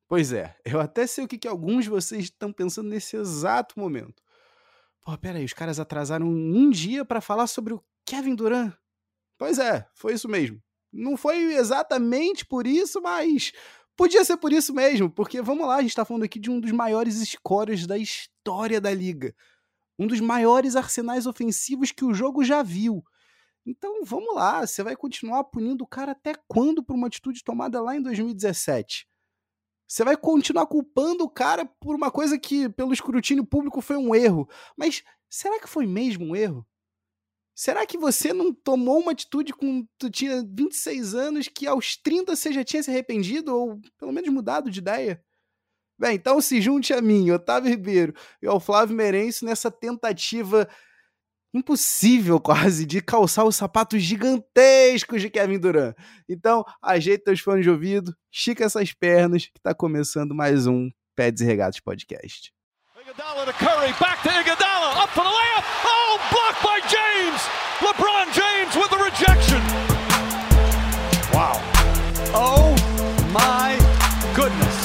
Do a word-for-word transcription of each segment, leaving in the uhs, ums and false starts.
Pois é, eu até sei o que, que alguns de vocês estão pensando nesse exato momento. Pô, pera aí, os caras atrasaram um dia para falar sobre o Kevin Durant? Pois é, foi isso mesmo. Não foi exatamente por isso, mas podia ser por isso mesmo, porque vamos lá, a gente tá falando aqui de um dos maiores scorers da história da liga. Um dos maiores arsenais ofensivos que o jogo já viu. Então vamos lá, você vai continuar punindo o cara até quando por uma atitude tomada lá em dois mil e dezessete? Você vai continuar culpando o cara por uma coisa que, pelo escrutínio público, foi um erro. Mas será que foi mesmo um erro? Será que você não tomou uma atitude com tu tinha vinte e seis anos que aos trinta você já tinha se arrependido ou pelo menos mudado de ideia? Bem, então se junte a mim, Otávio Ribeiro e ao Flávio Meirense nessa tentativa impossível quase de calçar os sapatos gigantescos de Kevin Durant. Então, ajeita teus fones de ouvido, estica essas pernas que tá começando mais um Pads e Regatas Podcast. Iguodala to Curry, back to Iguodala, up for the layup, oh, blocked by James! LeBron James with the rejection! Wow. Oh my goodness.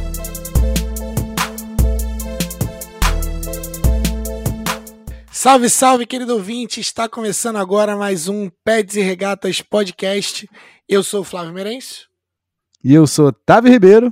Salve, salve, querido ouvinte! Está começando agora mais um Pads e Regatas Podcast. Eu sou o Flávio Meirense. E eu sou Otávio Ribeiro.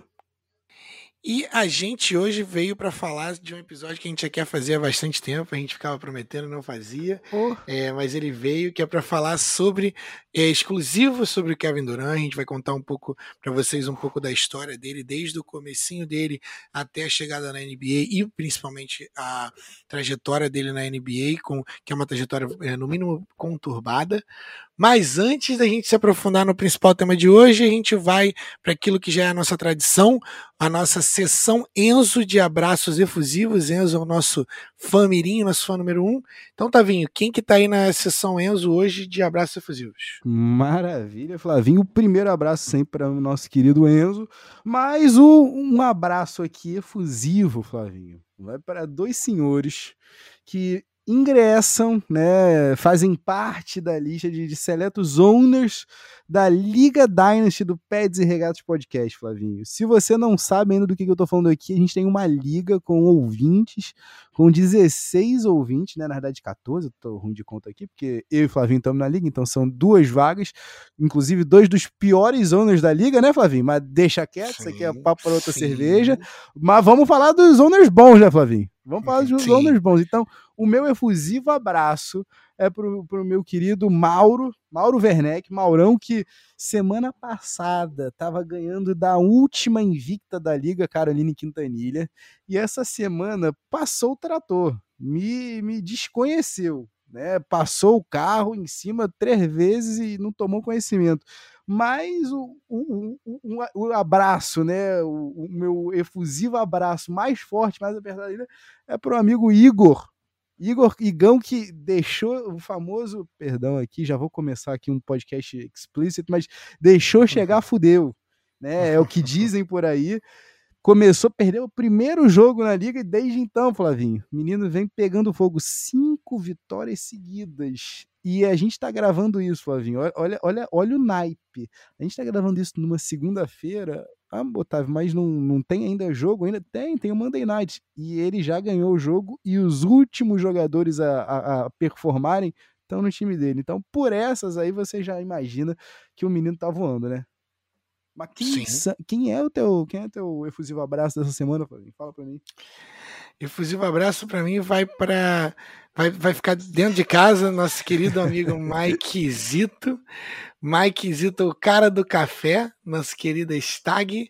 E a gente hoje veio para falar de um episódio que a gente já quer fazer há bastante tempo, a gente ficava prometendo, não fazia, oh. é, mas ele veio, que é para falar sobre, é, exclusivo sobre o Kevin Durant. A gente vai contar um pouco para vocês um pouco da história dele, desde o comecinho dele até a chegada na N B A e principalmente a trajetória dele na N B A, com, que é uma trajetória é, no mínimo conturbada. Mas antes da gente se aprofundar no principal tema de hoje, a gente vai para aquilo que já é a nossa tradição, a nossa sessão Enzo de abraços efusivos. Enzo é o nosso fã mirim, nosso fã número um. Então, Tavinho, quem que tá aí na sessão Enzo hoje de abraços efusivos? Maravilha, Flavinho. O primeiro abraço sempre para o nosso querido Enzo. Mas o, um abraço aqui efusivo, Flavinho. Vai para dois senhores que ingressam, né, fazem parte da lista de, de seletos owners da Liga Dynasty do Pads e Regatas Podcast, Flavinho. Se você não sabe ainda do que, que eu tô falando aqui, a gente tem uma liga com ouvintes, com dezesseis ouvintes, né, na verdade catorze, eu tô ruim de conta aqui, porque eu e o Flavinho estamos na liga, então são duas vagas, inclusive dois dos piores owners da liga, né, Flavinho? Mas deixa quieto, sim, isso aqui é papo para outra sim. cerveja, mas vamos falar dos owners bons, né, Flavinho? Vamos falar dos owners bons. Então, o meu efusivo abraço é pro, pro meu querido Mauro, Mauro Werneck, Maurão, que semana passada estava ganhando da última invicta da Liga, Caroline Quintanilha, e essa semana passou o trator, me, me desconheceu, né? Passou o carro em cima três vezes e não tomou conhecimento. Mas o, o, o, o abraço, né? O, o meu efusivo abraço mais forte, mais apertado ainda, é pro amigo Igor. Igor Igão, que deixou o famoso, perdão aqui, já vou começar aqui um podcast explícito, mas deixou chegar, fudeu, né? É o que dizem por aí. Começou a perder o primeiro jogo na liga e desde então, Flavinho, o menino vem pegando fogo, cinco vitórias seguidas. E a gente tá gravando isso, Flavinho, olha, olha, olha o naipe. A gente tá gravando isso numa segunda-feira, ah, Otávio, mas não, não tem ainda jogo? Ainda tem, tem o Monday Night. E ele já ganhou o jogo e os últimos jogadores a, a, a performarem estão no time dele. Então, por essas aí, você já imagina que o menino tá voando, né? Mas quem, quem é o teu, quem é o teu efusivo abraço dessa semana, Flavinho? Fala pra mim. Efusivo abraço para mim vai para vai, vai ficar dentro de casa, nosso querido amigo Mike Zito. Mike Zito, o cara do café, nosso querido Stag,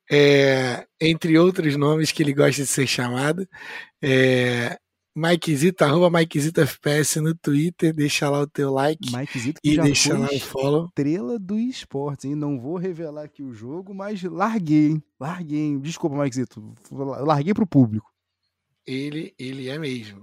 é, entre outros nomes que ele gosta de ser chamado. É, Mike Zito, arroba Mike Zito F P S no Twitter, deixa lá o teu like Mike Zito, que e já deixa foi lá o follow. Estrela do esporte, hein? Não vou revelar aqui o jogo, mas larguei, hein? Larguei, hein? Desculpa, Mike Zito, larguei pro público. Ele, ele é mesmo.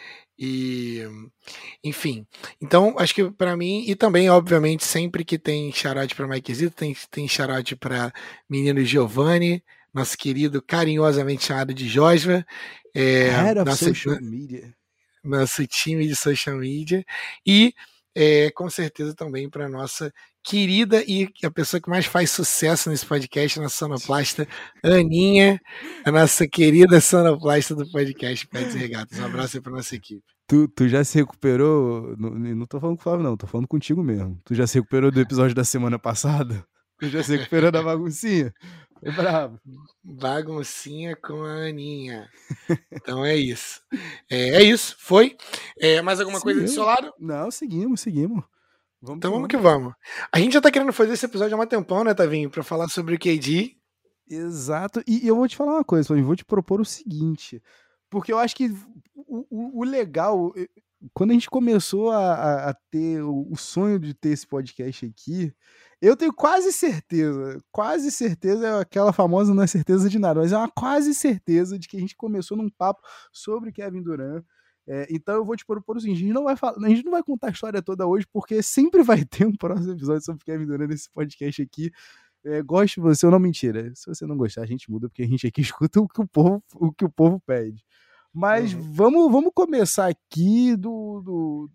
E, enfim, então acho que para mim, e também, obviamente, sempre que tem charote para Mike Zito, tem, tem charote para menino Giovanni, nosso querido carinhosamente chamado de Josva, é, Head of nosso, social media. nosso time de social media, e é, com certeza também para nossa querida e a pessoa que mais faz sucesso nesse podcast, a nossa sonoplasta, Aninha, a nossa querida sonoplasta do podcast Pets e Regatas. Um abraço aí para nossa equipe. Tu, tu já se recuperou? Não, não tô falando com o Flávio, não, tô falando contigo mesmo. Tu já se recuperou do episódio da semana passada? Tu já se recuperou da baguncinha? Foi bravo. Baguncinha com a Aninha. Então é isso. É, é isso, foi. É, mais alguma seguimos. coisa do seu lado? Não, seguimos, seguimos. Vamos então vamos que vamos. A gente já tá querendo fazer esse episódio há um tempão, né, Tavinho? Pra falar sobre o K D. Exato. E eu vou te falar uma coisa, eu vou te propor o seguinte. Porque eu acho que o, o, o legal, quando a gente começou a, a, a ter o, o sonho de ter esse podcast aqui, eu tenho quase certeza, quase certeza, é aquela famosa não é certeza de nada, mas é uma quase certeza de que a gente começou num papo sobre Kevin Durant. É, então eu vou te propor o seguinte, a gente, não vai falar, a gente não vai contar a história toda hoje, porque sempre vai ter um próximo episódio sobre Kevin Durant nesse podcast aqui. É, goste você ou não, mentira. Se você não gostar, a gente muda, porque a gente aqui escuta o que o povo, o que o povo pede. Mas uhum. vamos, vamos começar aqui do, do,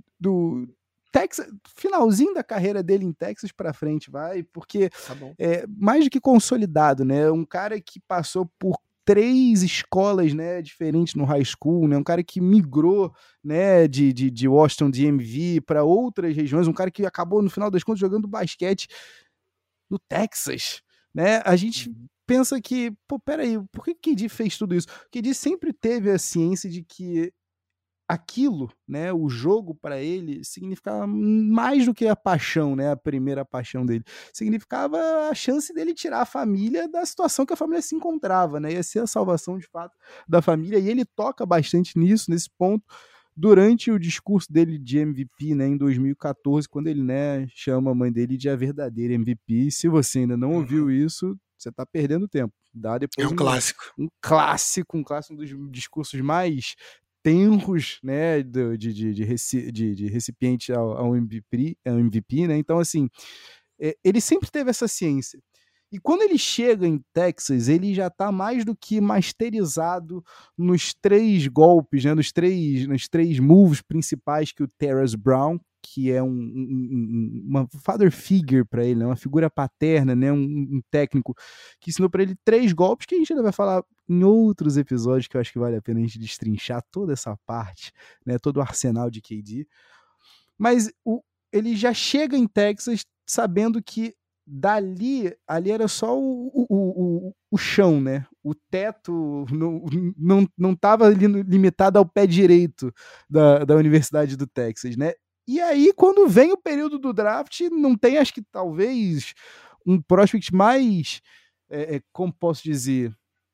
do Texas, finalzinho da carreira dele em Texas para frente, vai, porque tá bom. É mais do que consolidado, né? Um cara que passou por três escolas, né, diferentes no high school, né? Um cara que migrou, né, de, de, de Washington D M V para outras regiões, um cara que acabou, no final das contas, jogando basquete no Texas, né? A gente uhum. pensa que, pô, peraí, por que o K D fez tudo isso? O K D sempre teve a ciência de que aquilo, né, o jogo para ele significava mais do que a paixão, né, a primeira paixão dele. Significava a chance dele tirar a família da situação que a família se encontrava, né? Ia ser a salvação de fato da família, e ele toca bastante nisso, nesse ponto, durante o discurso dele de M V P, né, em dois mil e catorze, quando ele, né, chama a mãe dele de a verdadeira M V P. E se você ainda não ouviu uhum. isso, você está perdendo tempo. Dá depois é um, um clássico. Um clássico, um clássico, um dos discursos mais tenros, né, de, de, de, de, de, de recipiente ao, ao, M V P, ao M V P, né? Então, assim, é, ele sempre teve essa ciência. E quando ele chega em Texas, ele já está mais do que masterizado nos três golpes, né, nos, três, nos três moves principais que o Terrence Brown, que é um, um, uma father figure para ele, né, uma figura paterna, né, um, um técnico que ensinou para ele três golpes que a gente ainda vai falar em outros episódios, que eu acho que vale a pena a gente destrinchar toda essa parte, né, todo o arsenal de K D. Mas o, ele já chega em Texas sabendo que dali, ali era só o, o, o, o chão, né? O teto não, não, não tava limitado ao pé direito da, da Universidade do Texas, né? E aí, quando vem o período do draft, não tem, acho que talvez, um prospect mais, é, como posso dizer,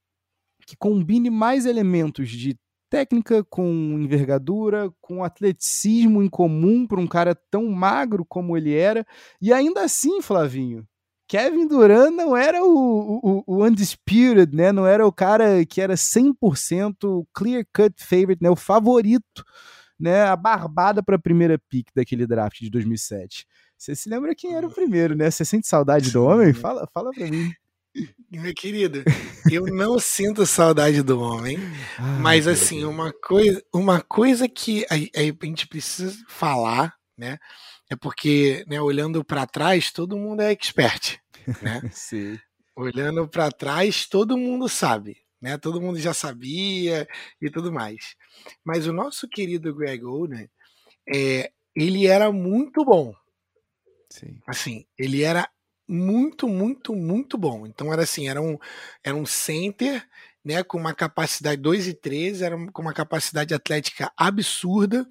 que combine mais elementos de técnica com envergadura, com atleticismo em comum para um cara tão magro como ele era. E ainda assim, Flavinho, Kevin Durant não era o, o, o undisputed, né? Não era o cara que era cem por cento clear-cut favorite, né? O favorito, né? A barbada para a primeira pick daquele draft de dois mil e sete. Você se lembra quem era o primeiro, né? Você sente saudade do homem? Fala, fala para mim. Meu querido, eu não sinto saudade do homem, ah, mas assim, uma coisa, uma coisa que a, a gente precisa falar, né, é porque, né, olhando para trás, todo mundo é expert, né? Sim. Olhando para trás, todo mundo sabe, né? Todo mundo já sabia e tudo mais. Mas o nosso querido Greg Oden, é, ele era muito bom. Sim. Assim, ele era muito, muito, muito bom. Então era assim, era um, era um center, né, com uma capacidade dois e treze, era com uma capacidade atlética absurda,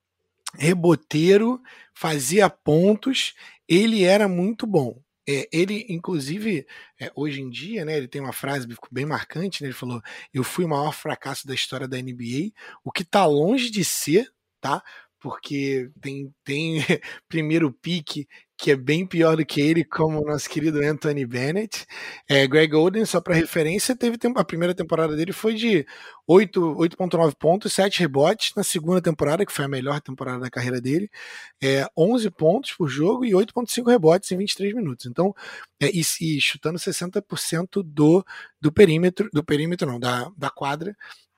reboteiro, fazia pontos, ele era muito bom. É, ele, inclusive, é, hoje em dia, né, ele tem uma frase bem marcante, né, ele falou, eu fui o maior fracasso da história da N B A, o que tá longe de ser, tá? Porque tem, tem primeiro pique que é bem pior do que ele, como o nosso querido Anthony Bennett. É, Greg Oden, só para referência, teve a primeira temporada dele foi de oito vírgula nove pontos, sete rebotes. Na segunda temporada, que foi a melhor temporada da carreira dele, é, onze pontos por jogo e oito vírgula cinco rebotes em vinte e três minutos. Então, é, e, e chutando sessenta por cento do, do perímetro, do perímetro não, da, da quadra.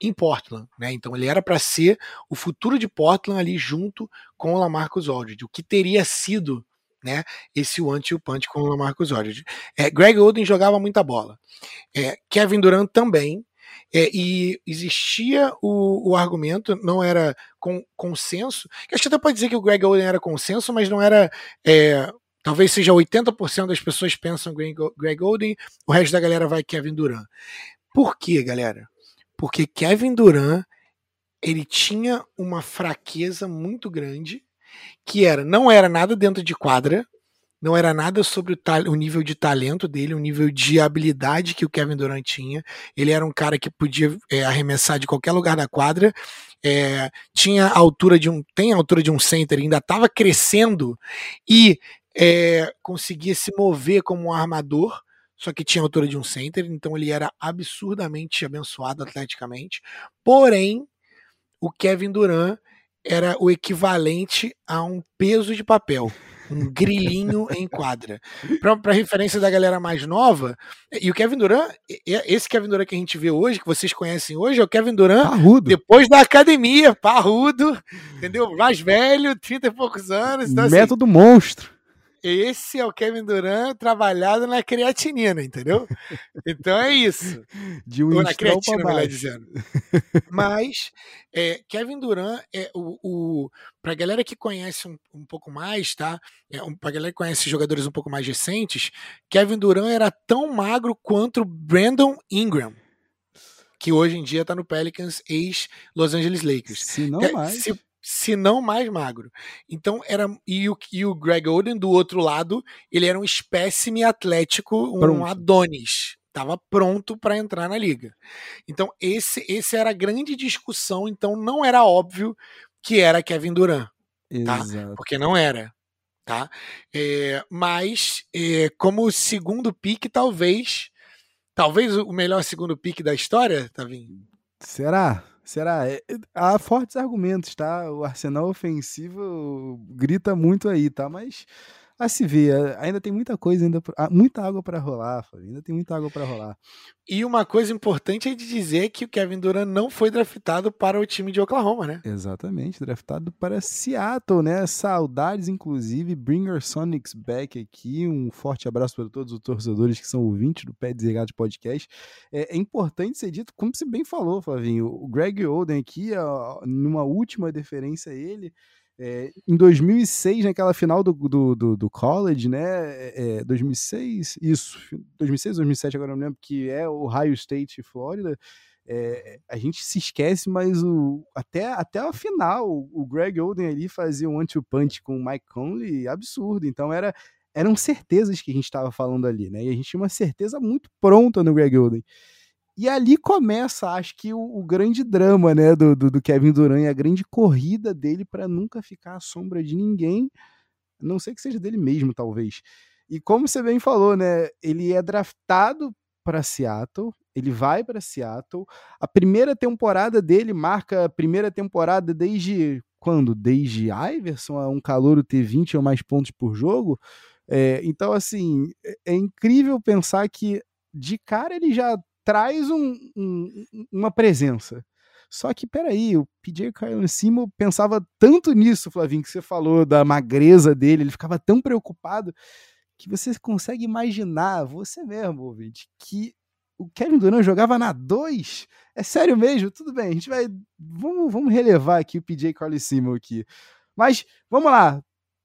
em Portland, né? Então ele era para ser o futuro de Portland ali junto com o LaMarcus Aldridge, o que teria sido, né, esse one two punch com o LaMarcus Aldridge. É, Greg Oden jogava muita bola. É, Kevin Durant também. É, e existia o, o argumento, não era com, consenso, que acho que até pode dizer que o Greg Oden era consenso, mas não era, é, talvez seja oitenta por cento das pessoas pensam Greg, Greg Oden, o resto da galera vai Kevin Durant. Por quê, galera? Porque Kevin Durant, ele tinha uma fraqueza muito grande, que era, não era nada dentro de quadra, não era nada sobre o, ta- o nível de talento dele, o nível de habilidade que o Kevin Durant tinha. Ele era um cara que podia é, arremessar de qualquer lugar da quadra, é, tinha a altura de um, tem a altura de um center, ainda estava crescendo e é, conseguia se mover como um armador, só que tinha a altura de um center, então ele era absurdamente abençoado atleticamente. Porém, o Kevin Durant era o equivalente a um peso de papel. Um grilinho em quadra. Para referência da galera mais nova, e o Kevin Durant, esse Kevin Durant que a gente vê hoje, que vocês conhecem hoje, é o Kevin Durant Parrudo. Depois da academia, parrudo, entendeu? Mais velho, trinta e poucos anos. Então, método assim, monstro. Esse é o Kevin Durant trabalhado na creatinina, entendeu? Então é isso. De um Ou na creatina, melhor dizendo. Mas é, Kevin Durant é o, o para a galera que conhece um, um pouco mais, tá? É, um, para a galera que conhece jogadores um pouco mais recentes, Kevin Durant era tão magro quanto Brandon Ingram, que hoje em dia está no Pelicans, ex Los Angeles Lakers. Se não que, mais. Se, se não mais magro. Então era e o, e o Greg Oden do outro lado, ele era um espécime atlético, um Pronto. Adonis. Estava pronto para entrar na liga. Então, esse, esse era a grande discussão. Então, não era óbvio que era Kevin Durant. Tá? Exato. Porque não era. Tá? É, mas, é, como segundo pick, talvez. Talvez o melhor segundo pick da história, Tavinho? Será? Será? É, há fortes argumentos, tá? O arsenal ofensivo grita muito aí, tá? Mas a se ver, ainda tem muita coisa, ainda muita água para rolar, ainda tem muita água para rolar. E uma coisa importante é de dizer que o Kevin Durant não foi draftado para o time de Oklahoma, né? Exatamente, draftado para Seattle, né? Saudades, inclusive, bring your Sonics back aqui. Um forte abraço para todos os torcedores que são ouvintes do Pé Desligado Podcast. É, é importante ser dito, como você bem falou, Flavinho, o Greg Oden aqui, ó, numa última deferência a ele, É, em dois mil e seis, naquela final do, do, do, do college, né? É, dois mil e seis, isso, dois mil e seis, dois mil e sete, agora não me lembro, que é o Ohio State e Flórida. É, a gente se esquece, mas o, até, até a final, o Greg Oden ali fazia um one-two punch com o Mike Conley, absurdo. Então era, eram certezas que a gente estava falando ali, né? E a gente tinha uma certeza muito pronta no Greg Oden. E ali começa, acho que, o, o grande drama, né, do, do, do Kevin Durant, e a grande corrida dele para nunca ficar à sombra de ninguém, a não sei que seja dele mesmo, talvez. E como você bem falou, né, ele é draftado para Seattle, ele vai para Seattle, a primeira temporada dele marca a primeira temporada desde quando? Desde Iverson, um calouro ter vinte ou mais pontos por jogo. É, então, assim, é, é incrível pensar que de cara ele já traz um, um, uma presença. Só que, peraí, o P J Carlesimo pensava tanto nisso, Flavinho, que você falou da magreza dele, ele ficava tão preocupado, que você consegue imaginar, você mesmo, ouvinte, que o Kevin Durant jogava na dois? É sério mesmo? Tudo bem, a gente vai... Vamos, vamos relevar aqui o P J Carlesimo aqui. Mas, vamos lá.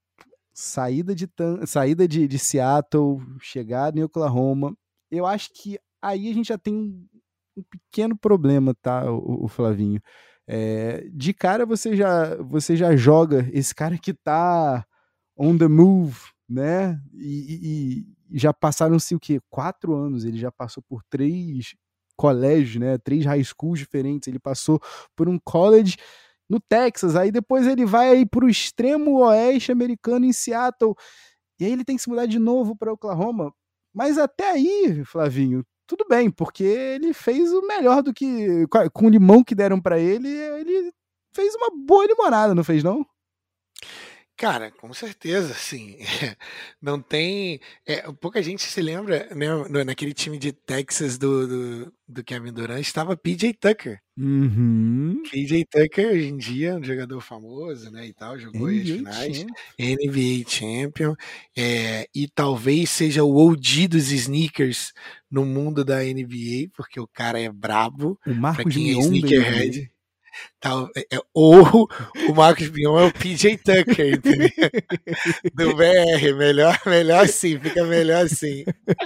Saída de, saída de, de Seattle, chegada em Oklahoma. Eu acho que aí a gente já tem um, um pequeno problema, tá, o, o Flavinho? É, de cara você já, você já joga esse cara que tá on the move, né? E, e, e já passaram-se o quê? Quatro anos. Ele já passou por três colégios, né? Três high schools diferentes. Ele passou por um college no Texas. Aí depois ele vai aí pro extremo oeste americano em Seattle. E aí ele tem que se mudar de novo para Oklahoma. Mas até aí, Flavinho, tudo bem, porque ele fez o melhor do que... Com o limão que deram para ele, ele fez uma boa limonada, não fez não? Cara, com certeza, sim. Não tem. É, pouca gente se lembra, né? Naquele time de Texas do, do, do Kevin Durant estava P J Tucker. Uhum. P J Tucker, hoje em dia, é um jogador famoso, né? E tal, jogou aí as finais. N B A Champion. É, e talvez seja o O G dos sneakers no mundo da N B A, porque o cara é brabo. O Marcos pra quem é Mion sneakerhead. Tal, é, ou o Marcos Mion é o P J Tucker, entendeu? Do B R, melhor, melhor assim, fica melhor assim.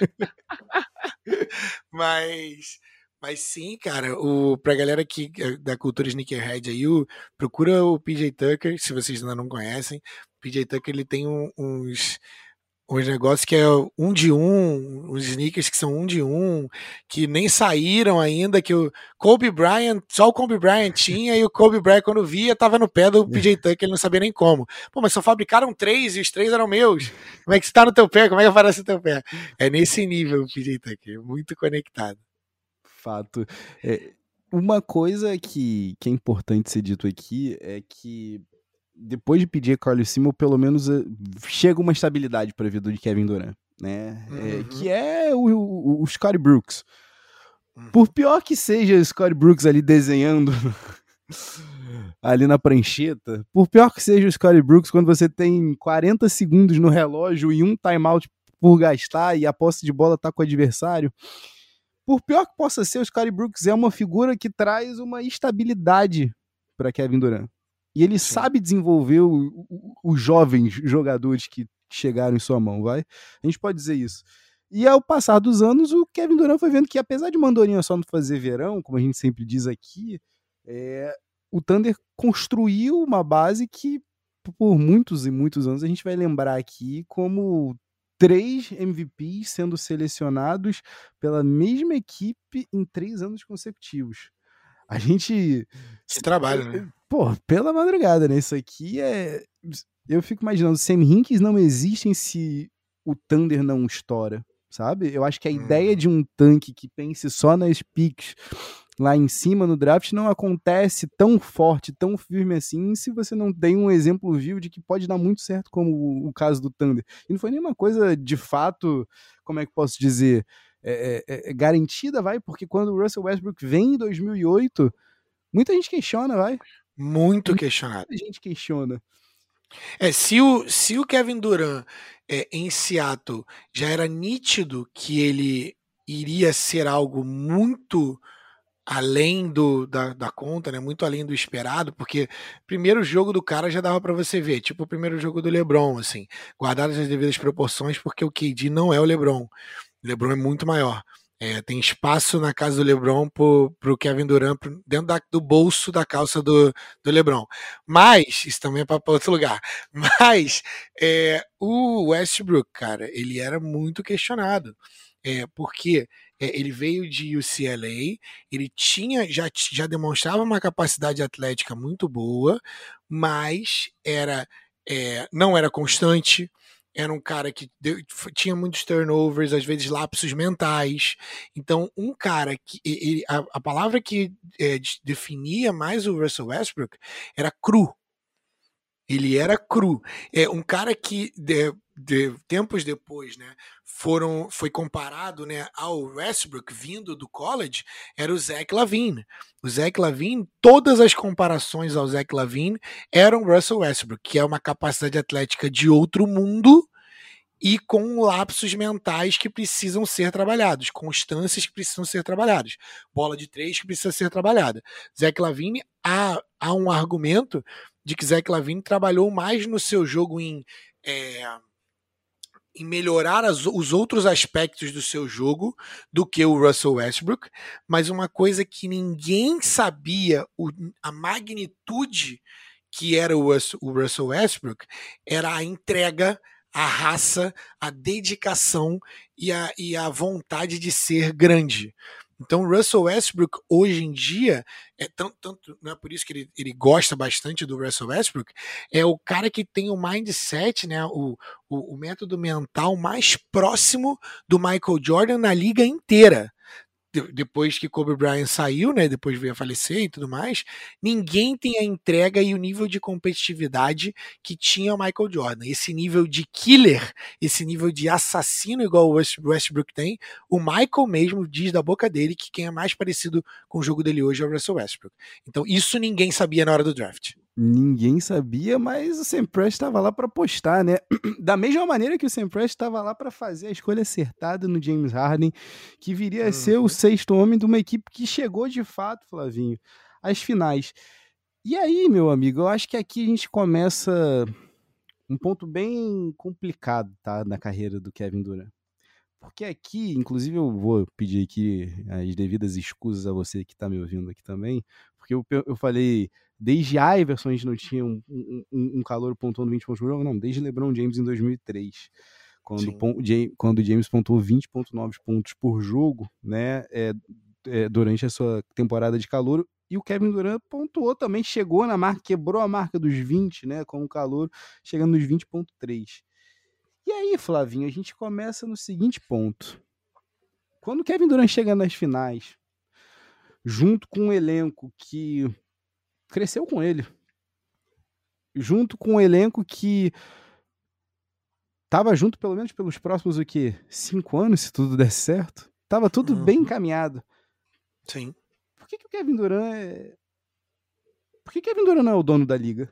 Mas, mas sim, cara, o, pra galera que, da cultura sneakerhead aí, o, procura o P J Tucker, se vocês ainda não conhecem. O P J Tucker, ele tem um, uns... uns negócios que é um de um, uns sneakers que são um de um, que nem saíram ainda, que o Kobe Bryant, só o Kobe Bryant tinha, e o Kobe Bryant, quando via, tava no pé do P J Tucker, ele não sabia nem como. Pô, mas só fabricaram três e os três eram meus. Como é que está no teu pé? Como é que aparece no teu pé? É nesse nível o P J Tucker, muito conectado. Fato. É, uma coisa que, que é importante ser dito aqui é que depois de pedir Carlos Simon, pelo menos uh, chega uma estabilidade para a vida de Kevin Durant, né? Uhum. É, que é o, o, o Scottie Brooks. Uhum. Por pior que seja o Scottie Brooks ali desenhando ali na prancheta, por pior que seja o Scottie Brooks, quando você tem quarenta segundos no relógio e um timeout por gastar e a posse de bola tá com o adversário, por pior que possa ser, o Scottie Brooks é uma figura que traz uma estabilidade para Kevin Durant. E ele Sim. sabe desenvolver os jovens jogadores que chegaram em sua mão, vai? A gente pode dizer isso. E ao passar dos anos, o Kevin Durant foi vendo que, apesar de Mandorinha só não fazer verão, como a gente sempre diz aqui, é, o Thunder construiu uma base que, por muitos e muitos anos, a gente vai lembrar aqui como três M V Ps sendo selecionados pela mesma equipe em três anos consecutivos. A gente... Que trabalho, né? Pô, pela madrugada, né? Isso aqui é... Eu fico imaginando, Sam Hinkie não existem se o Thunder não estoura, sabe? Eu acho que a hum. ideia de um tanque que pense só nas picks lá em cima no draft não acontece tão forte, tão firme assim, se você não tem um exemplo vivo de que pode dar muito certo, como o, o caso do Thunder. E não foi nenhuma coisa de fato, como é que posso dizer... É, é, é garantida, vai, porque quando o Russell Westbrook vem em dois mil e oito, muita gente questiona, vai. Muito muita questionado. Muita gente questiona. É, se o, se o Kevin Durant é, em Seattle já era nítido que ele iria ser algo muito além do, da, da conta, né? Muito além do esperado, porque o primeiro jogo do cara já dava para você ver, tipo o primeiro jogo do LeBron, assim, guardadas as devidas proporções, porque o K D não é o LeBron. O LeBron é muito maior. É, tem espaço na casa do LeBron pro, pro Kevin Durant pro, dentro da, do bolso da calça do, do LeBron. Mas, isso também é para outro lugar. Mas, é, o Westbrook, cara, ele era muito questionado. É, porque é, ele veio de U C L A, ele tinha, já, já demonstrava uma capacidade atlética muito boa, mas era, é, não era constante. Era um cara que deu, tinha muitos turnovers, às vezes lapsos mentais. Então, um cara que... Ele, a, a palavra que é, definia mais o Russell Westbrook era cru. Ele era cru. É um cara que, de, de, tempos depois, né, foram, foi comparado, né, ao Westbrook vindo do college, era o Zach LaVine. O Zach LaVine, todas as comparações ao Zach LaVine eram o Russell Westbrook, que é uma capacidade atlética de outro mundo e com lapsos mentais que precisam ser trabalhados, constâncias que precisam ser trabalhadas, bola de três que precisa ser trabalhada. Zach LaVine, há, há um argumento de que Zach LaVine trabalhou mais no seu jogo em... É, em melhorar as, os outros aspectos do seu jogo do que o Russell Westbrook, mas uma coisa que ninguém sabia o, a magnitude que era o, o Russell Westbrook era a entrega, a raça, a dedicação e a, e a vontade de ser grande. Então o Russell Westbrook hoje em dia, é tanto, tanto, não é por isso que ele, ele gosta bastante do Russell Westbrook, é o cara que tem o mindset, né, o, o, o método mental mais próximo do Michael Jordan na liga inteira. depois que Kobe Bryant saiu, né, depois veio a falecer e tudo mais, ninguém tem a entrega e o nível de competitividade que tinha o Michael Jordan. Esse nível de killer, esse nível de assassino igual o Westbrook tem, o Michael mesmo diz da boca dele que quem é mais parecido com o jogo dele hoje é o Russell Westbrook. Então isso ninguém sabia na hora do draft. Ninguém sabia, mas o Sam Prest estava lá para apostar, né? Da mesma maneira que o Sam Prest estava lá para fazer a escolha acertada no James Harden, que viria a ser o sexto homem de uma equipe que chegou de fato, Flavinho, às finais. E aí, meu amigo, eu acho que aqui a gente começa um ponto bem complicado, tá, na carreira do Kevin Durant. Porque aqui, inclusive eu vou pedir aqui as devidas escusas a você que está me ouvindo aqui também, porque eu, eu falei, desde Iverson a gente não tinha um, um, um calor pontuando vinte pontos por jogo, não, desde LeBron James em dois mil e três, quando, pon, quando o James pontuou vinte vírgula nove pontos por jogo, né, é, é, durante a sua temporada de calor, e o Kevin Durant pontuou também, chegou na marca, quebrou a marca dos vinte, né, com o calor, chegando nos vinte vírgula três. E aí, Flavinho, a gente começa no seguinte ponto. Quando o Kevin Durant chega nas finais, junto com um elenco que cresceu com ele, junto com um elenco que estava junto pelo menos pelos próximos, o quê? Cinco anos, se tudo der certo. Tava tudo uhum. bem encaminhado. Sim. Por que, que o Kevin Durant é... Por que o Kevin Durant não é o dono da liga?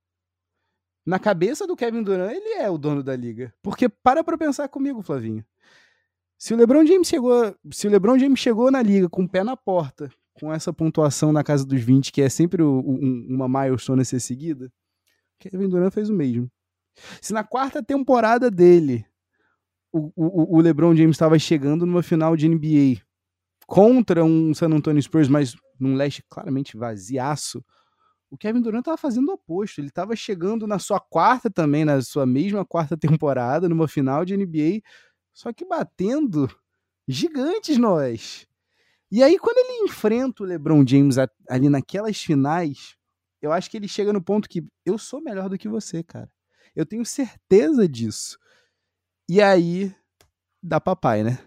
Na cabeça do Kevin Durant, ele é o dono da liga. Porque para pra pensar comigo, Flavinho. Se o LeBron James chegou, se o LeBron James chegou na liga com o pé na porta, com essa pontuação na casa dos vinte, que é sempre o, um, uma milestone a ser seguida, Kevin Durant fez o mesmo. Se na quarta temporada dele, o, o, o LeBron James estava chegando numa final de N B A contra um San Antonio Spurs, mas num leste claramente vaziaço, o Kevin Durant estava fazendo o oposto. Ele estava chegando na sua quarta também, na sua mesma quarta temporada, numa final de N B A, só que batendo gigantes nós. E aí, quando ele enfrenta o LeBron James ali naquelas finais, eu acho que ele chega no ponto que eu sou melhor do que você, cara. Eu tenho certeza disso. E aí, dá papai, né?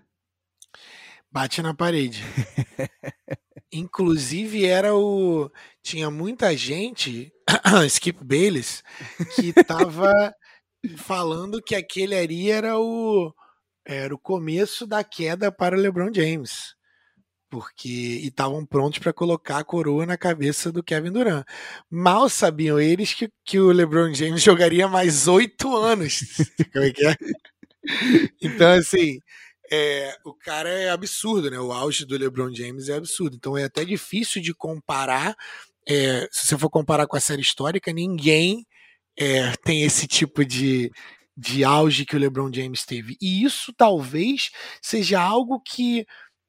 Bate na parede. Inclusive era o... Tinha muita gente, Skip Bayless, que tava falando que aquele ali era o, era o começo da queda para o LeBron James. Porque e estavam prontos para colocar a coroa na cabeça do Kevin Durant. Mal sabiam eles que, que o LeBron James jogaria mais oito anos. Como é que é? Então, assim... É, o cara é absurdo, né? O auge do LeBron James é absurdo. Então é até difícil de comparar. É, se você for comparar com a série histórica, ninguém é, tem esse tipo de, de auge que o LeBron James teve. E isso talvez seja algo que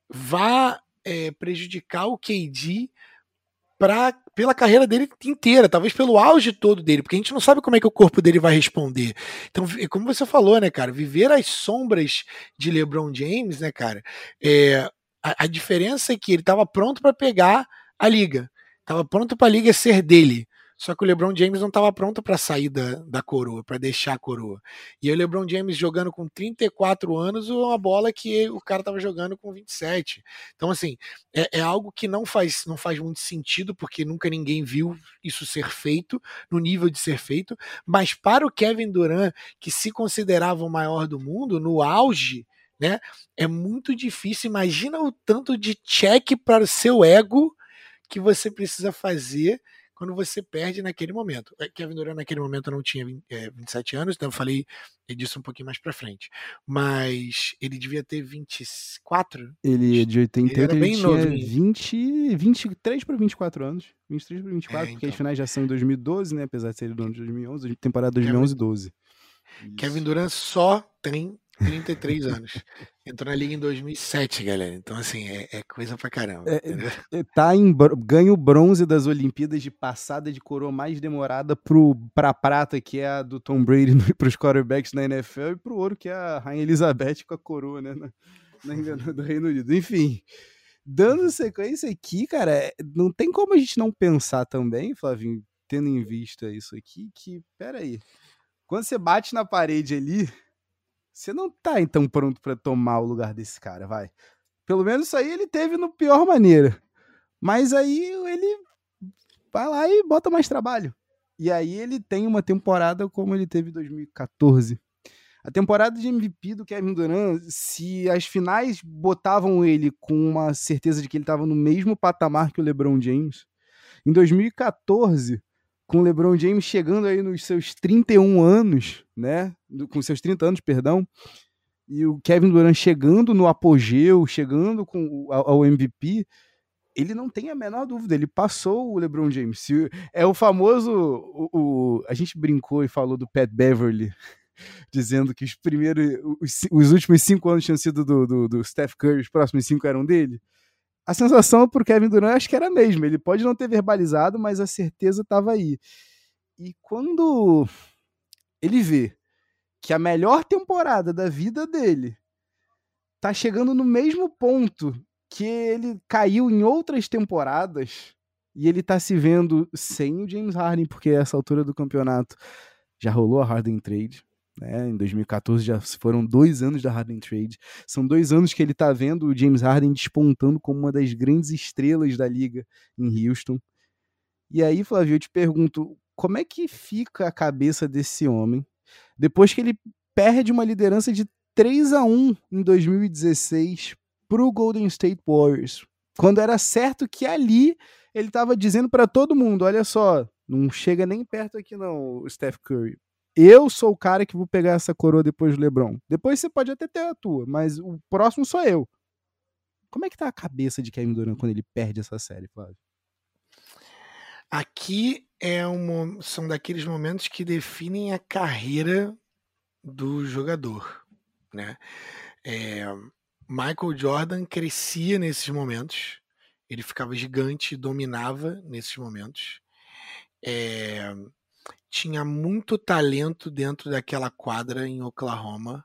vá é, prejudicar o K D pra, pela carreira dele inteira, talvez pelo auge todo dele, porque a gente não sabe como é que o corpo dele vai responder. Então, como você falou, né, cara, viver as sombras de LeBron James, né, cara, é, a, a diferença é que ele estava pronto para pegar a liga, estava pronto para a liga ser dele. Só que o LeBron James não estava pronto para sair da, da coroa, para deixar a coroa. E aí o LeBron James jogando com trinta e quatro anos, uma bola que o cara estava jogando com vinte e sete. Então, assim, é, é algo que não faz, não faz muito sentido, porque nunca ninguém viu isso ser feito, no nível de ser feito. Mas para o Kevin Durant, que se considerava o maior do mundo, no auge, né, é muito difícil. Imagina o tanto de check para o seu ego que você precisa fazer quando você perde naquele momento. Kevin Durant naquele momento não tinha vinte, é, vinte e sete anos, então eu falei disso um pouquinho mais pra frente. Mas ele devia ter vinte e quatro? Ele é de oitenta e oito, ele, ele tinha novo, vinte, vinte e três para vinte e quatro anos. vinte e três para vinte e quatro, é, porque então. As finais já são em dois mil e doze, né? Apesar de ser do ano de dois mil e onze, temporada dois mil e onze e doze. Kevin Durant só tem trinta e três anos. Entrou na liga em dois mil e sete, galera. Então, assim, é, é coisa pra caramba. É, é, tá em ganho bronze das Olimpíadas de passada de coroa mais demorada pro, pra prata, que é a do Tom Brady pros quarterbacks na N F L, e pro ouro, que é a Rainha Elizabeth com a coroa, né? Na, na, do Reino Unido. Enfim, dando sequência aqui, cara, não tem como a gente não pensar também, Flavinho, tendo em vista isso aqui, que, peraí, quando você bate na parede ali, você não tá, então, pronto pra tomar o lugar desse cara, vai. Pelo menos isso aí ele teve no pior maneira. Mas aí ele vai lá e bota mais trabalho. E aí ele tem uma temporada como ele teve em dois mil e catorze. A temporada de M V P do Kevin Durant, se as finais botavam ele com uma certeza de que ele estava no mesmo patamar que o LeBron James, em dois mil e catorze, com o LeBron James chegando aí nos seus trinta e um anos, né? Com seus trinta anos, perdão, e o Kevin Durant chegando no apogeu, chegando com, ao, ao M V P, ele não tem a menor dúvida, ele passou o LeBron James. É o famoso, o, o, a gente brincou e falou do Pat Beverly, dizendo que os primeiros, os, os últimos cinco anos tinham sido do, do, do Steph Curry, os próximos cinco eram dele. A sensação pro Kevin Durant acho que era a mesma. Ele pode não ter verbalizado, mas a certeza estava aí. E quando ele vê que a melhor temporada da vida dele tá chegando no mesmo ponto que ele caiu em outras temporadas, e ele tá se vendo sem o James Harden, porque a essa altura do campeonato já rolou a Harden Trade, né? Em dois mil e catorze já foram dois anos da Harden Trade. São dois anos que ele tá vendo o James Harden despontando como uma das grandes estrelas da liga em Houston. E aí, Flávio, eu te pergunto, como é que fica a cabeça desse homem depois que ele perde uma liderança de três a um em dois mil e dezesseis pro Golden State Warriors, quando era certo que ali ele estava dizendo para todo mundo, olha só, não chega nem perto aqui não, Steph Curry. Eu sou o cara que vou pegar essa coroa depois do LeBron. Depois você pode até ter a tua, mas o próximo sou eu. Como é que tá a cabeça de Kevin Durant quando ele perde essa série, Flávio? Aqui é um, são daqueles momentos que definem a carreira do jogador, né? É, Michael Jordan crescia nesses momentos, ele ficava gigante, dominava nesses momentos. É, tinha muito talento dentro daquela quadra em Oklahoma,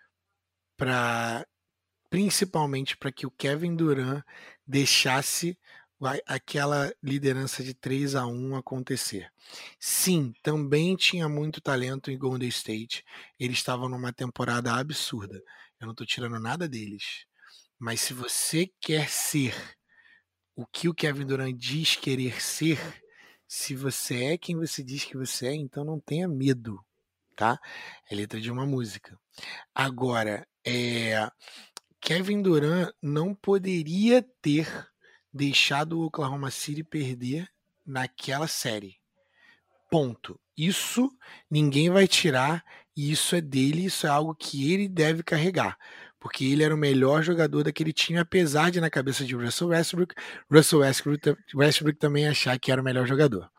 pra, principalmente para que o Kevin Durant deixasse aquela liderança de três a um acontecer. Sim, também tinha muito talento em Golden State. Eles estavam numa temporada absurda. Eu não estou tirando nada deles. Mas se você quer ser o que o Kevin Durant diz querer ser, se você é quem você diz que você é, então não tenha medo, tá? É letra de uma música. Agora, é... Kevin Durant não poderia ter deixado o Oklahoma City perder naquela série. Ponto. Isso ninguém vai tirar, e isso é dele, isso é algo que ele deve carregar, porque ele era o melhor jogador daquele time, apesar de na cabeça de Russell Westbrook, Russell Westbrook, Westbrook também achar que era o melhor jogador.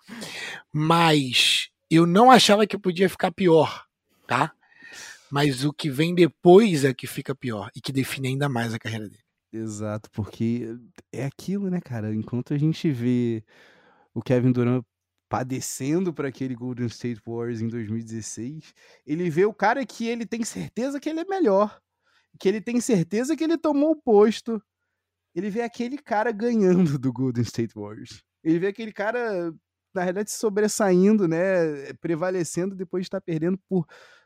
Mas eu não achava que podia ficar pior, tá? Mas o que vem depois é que fica pior e que define ainda mais a carreira dele. Exato, porque é aquilo, né, cara? Enquanto a gente vê o Kevin Durant padecendo para aquele Golden State Warriors em dois mil e dezesseis, ele vê o cara que ele tem certeza que ele é melhor, que ele tem certeza que ele tomou o posto. Ele vê aquele cara ganhando do Golden State Warriors. Ele vê aquele cara, na realidade, se sobressaindo, né, prevalecendo depois de estar perdendo por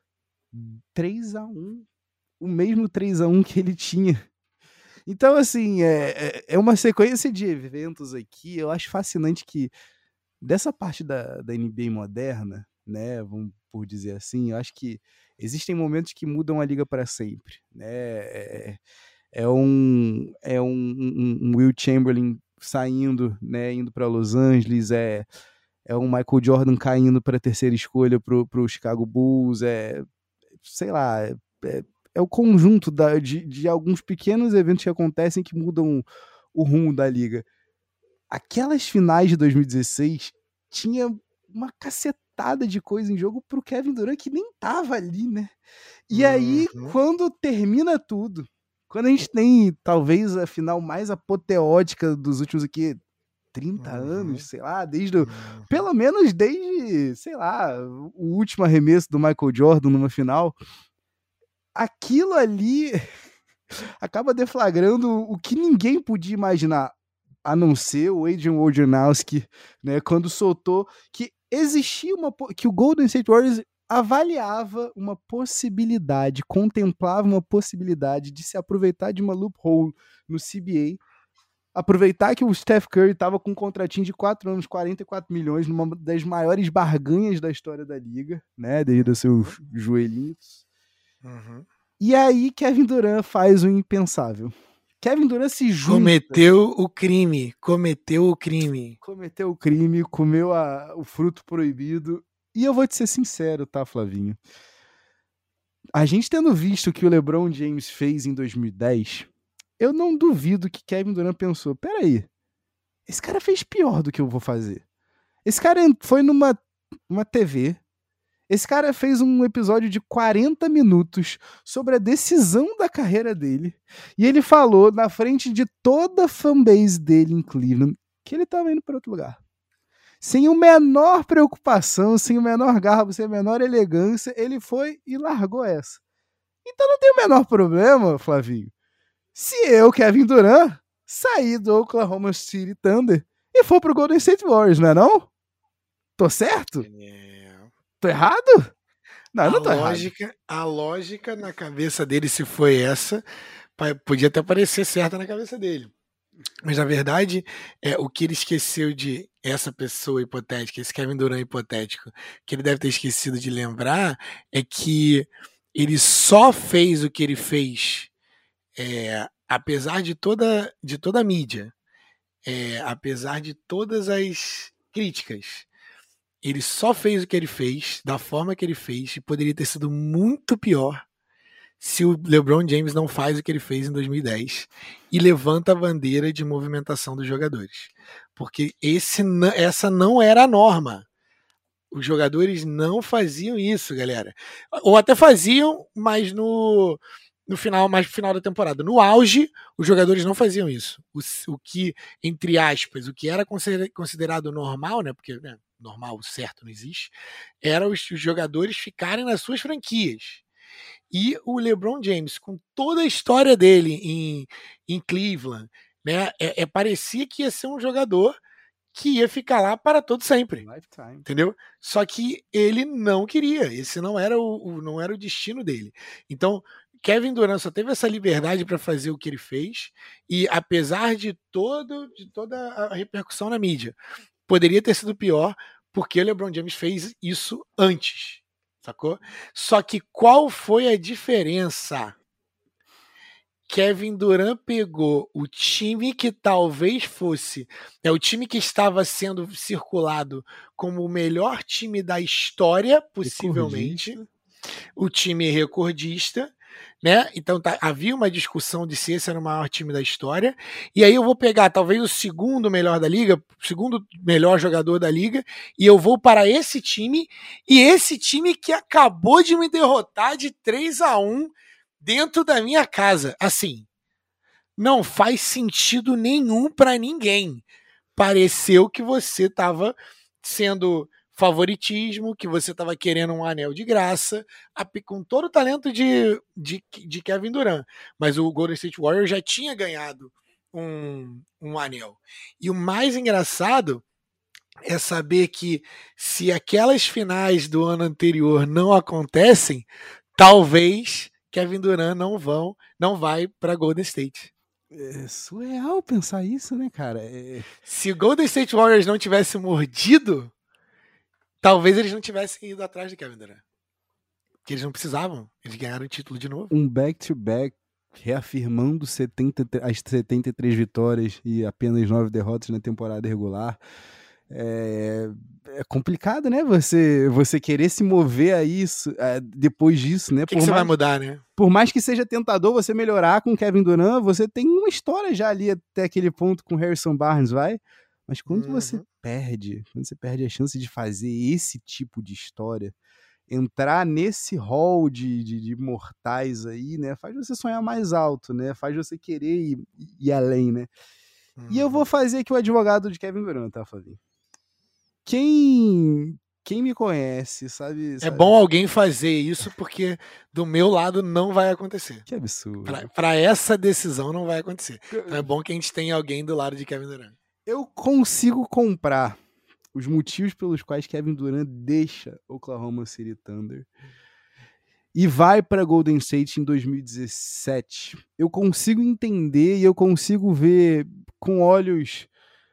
três a um, o mesmo três a um que ele tinha. Então, assim, é, é uma sequência de eventos aqui. Eu acho fascinante que, dessa parte da, da N B A moderna, né, vamos por dizer assim, eu acho que existem momentos que mudam a liga para sempre, né? É, é, um, é um, um, um Will Chamberlain saindo, né, indo para Los Angeles, é, é um Michael Jordan caindo para a terceira escolha para o Chicago Bulls, é, sei lá, é, é é o conjunto da, de, de alguns pequenos eventos que acontecem que mudam o rumo da liga. Aquelas finais de dois mil e dezesseis tinha uma cacetada de coisa em jogo pro Kevin Durant que nem tava ali, né? E aí, uhum. quando termina tudo, quando a gente tem talvez a final mais apoteótica dos últimos aqui, trinta uhum. anos, sei lá, desde o, uhum. pelo menos desde, sei lá, o último arremesso do Michael Jordan numa final, aquilo ali acaba deflagrando o que ninguém podia imaginar, a não ser o Adrian Wojnarowski, né, quando soltou que existia uma, que o Golden State Warriors avaliava uma possibilidade, contemplava uma possibilidade de se aproveitar de uma loophole no C B A, aproveitar que o Steph Curry estava com um contratinho de quatro anos, quarenta e quatro milhões, numa das maiores barganhas da história da liga, né, devido aos seus joelhinhos. Uhum. E aí Kevin Durant faz o impensável. Kevin Durant se junta. Cometeu o crime, cometeu o crime. Cometeu o crime, comeu a, o fruto proibido. E eu vou te ser sincero, tá, Flavinho? A gente tendo visto o que o LeBron James fez em dois mil e dez, eu não duvido que Kevin Durant pensou, peraí, esse cara fez pior do que eu vou fazer. Esse cara foi numa uma T V, esse cara fez um episódio de quarenta minutos sobre a decisão da carreira dele, e ele falou na frente de toda a fanbase dele em Cleveland que ele estava indo para outro lugar. Sem a menor preocupação, sem o menor garbo, sem a menor elegância, ele foi e largou essa. Então não tem o menor problema, Flavinho, se eu, Kevin Durant, sair do Oklahoma City Thunder e for pro Golden State Warriors, não é não? Tô certo? É. Tô errado? Não, eu a não tô lógica, errado. A lógica na cabeça dele, se foi essa, podia até parecer certa na cabeça dele. Mas, na verdade, é, o que ele esqueceu de essa pessoa hipotética, esse Kevin Durant hipotético, que ele deve ter esquecido de lembrar, é que ele só fez o que ele fez, é, apesar de toda, de toda a mídia, é, apesar de todas as críticas. Ele só fez o que ele fez, da forma que ele fez, e poderia ter sido muito pior se o LeBron James não faz o que ele fez em dois mil e dez e levanta a bandeira de movimentação dos jogadores. Porque esse, essa não era a norma. Os jogadores não faziam isso, galera. Ou até faziam, mas no, no final, mais no final da temporada. No auge, os jogadores não faziam isso. O, o que, entre aspas, o que era considerado normal, né? Porque né, normal, certo, não existe, era os, os jogadores ficarem nas suas franquias. E o LeBron James, com toda a história dele em, em Cleveland, né, é, é, parecia que ia ser um jogador que ia ficar lá para todo sempre. Lifetime. Entendeu? Só que ele não queria. Esse não era o, o, não era o destino dele. Então, Kevin Durant só teve essa liberdade para fazer o que ele fez. E apesar de, todo, de toda a repercussão na mídia, poderia ter sido pior porque o LeBron James fez isso antes. Sacou? Só que qual foi a diferença? Kevin Durant pegou o time que talvez fosse é o time que estava sendo circulado como o melhor time da história, possivelmente, recordista. O time recordista, né? Então tá, havia uma discussão de se esse era o maior time da história. E aí eu vou pegar talvez o segundo melhor da liga, o segundo melhor jogador da liga, e eu vou para esse time, e esse time que acabou de me derrotar de três a um dentro da minha casa. Assim, não faz sentido nenhum para ninguém. Pareceu que você estava sendo favoritismo, que você estava querendo um anel de graça, com todo o talento de, de, de Kevin Durant. Mas o Golden State Warriors já tinha ganhado um, um anel. E o mais engraçado é saber que se aquelas finais do ano anterior não acontecem, talvez Kevin Durant não vão, não vai para Golden State. É surreal pensar isso, né, cara? É... Se o Golden State Warriors não tivesse mordido, talvez eles não tivessem ido atrás de Kevin Durant. Porque eles não precisavam. Eles ganharam o título de novo. Um back-to-back reafirmando setenta, as setenta e três vitórias e apenas nove derrotas na temporada regular. É, é complicado, né? Você, você querer se mover a isso é, depois disso, né? O que, que você mais, vai mudar, né? Por mais que seja tentador você melhorar com Kevin Durant, você tem uma história já ali até aquele ponto com Harrison Barnes, vai? Mas quando uhum. você perde, quando você perde a chance de fazer esse tipo de história, entrar nesse hall de, de, de mortais aí, né? Faz você sonhar mais alto, né? Faz você querer ir, ir além, né? Uhum. E eu vou fazer aqui o advogado de Kevin Durant, tá, Flavinho? Quem, quem me conhece, sabe, sabe? É bom alguém fazer isso, porque do meu lado não vai acontecer. Que absurdo. Pra, pra essa decisão não vai acontecer. Então é bom que a gente tenha alguém do lado de Kevin Durant. Eu consigo comprar os motivos pelos quais Kevin Durant deixa Oklahoma City Thunder e vai para Golden State em dois mil e dezessete. Eu consigo entender e eu consigo ver com olhos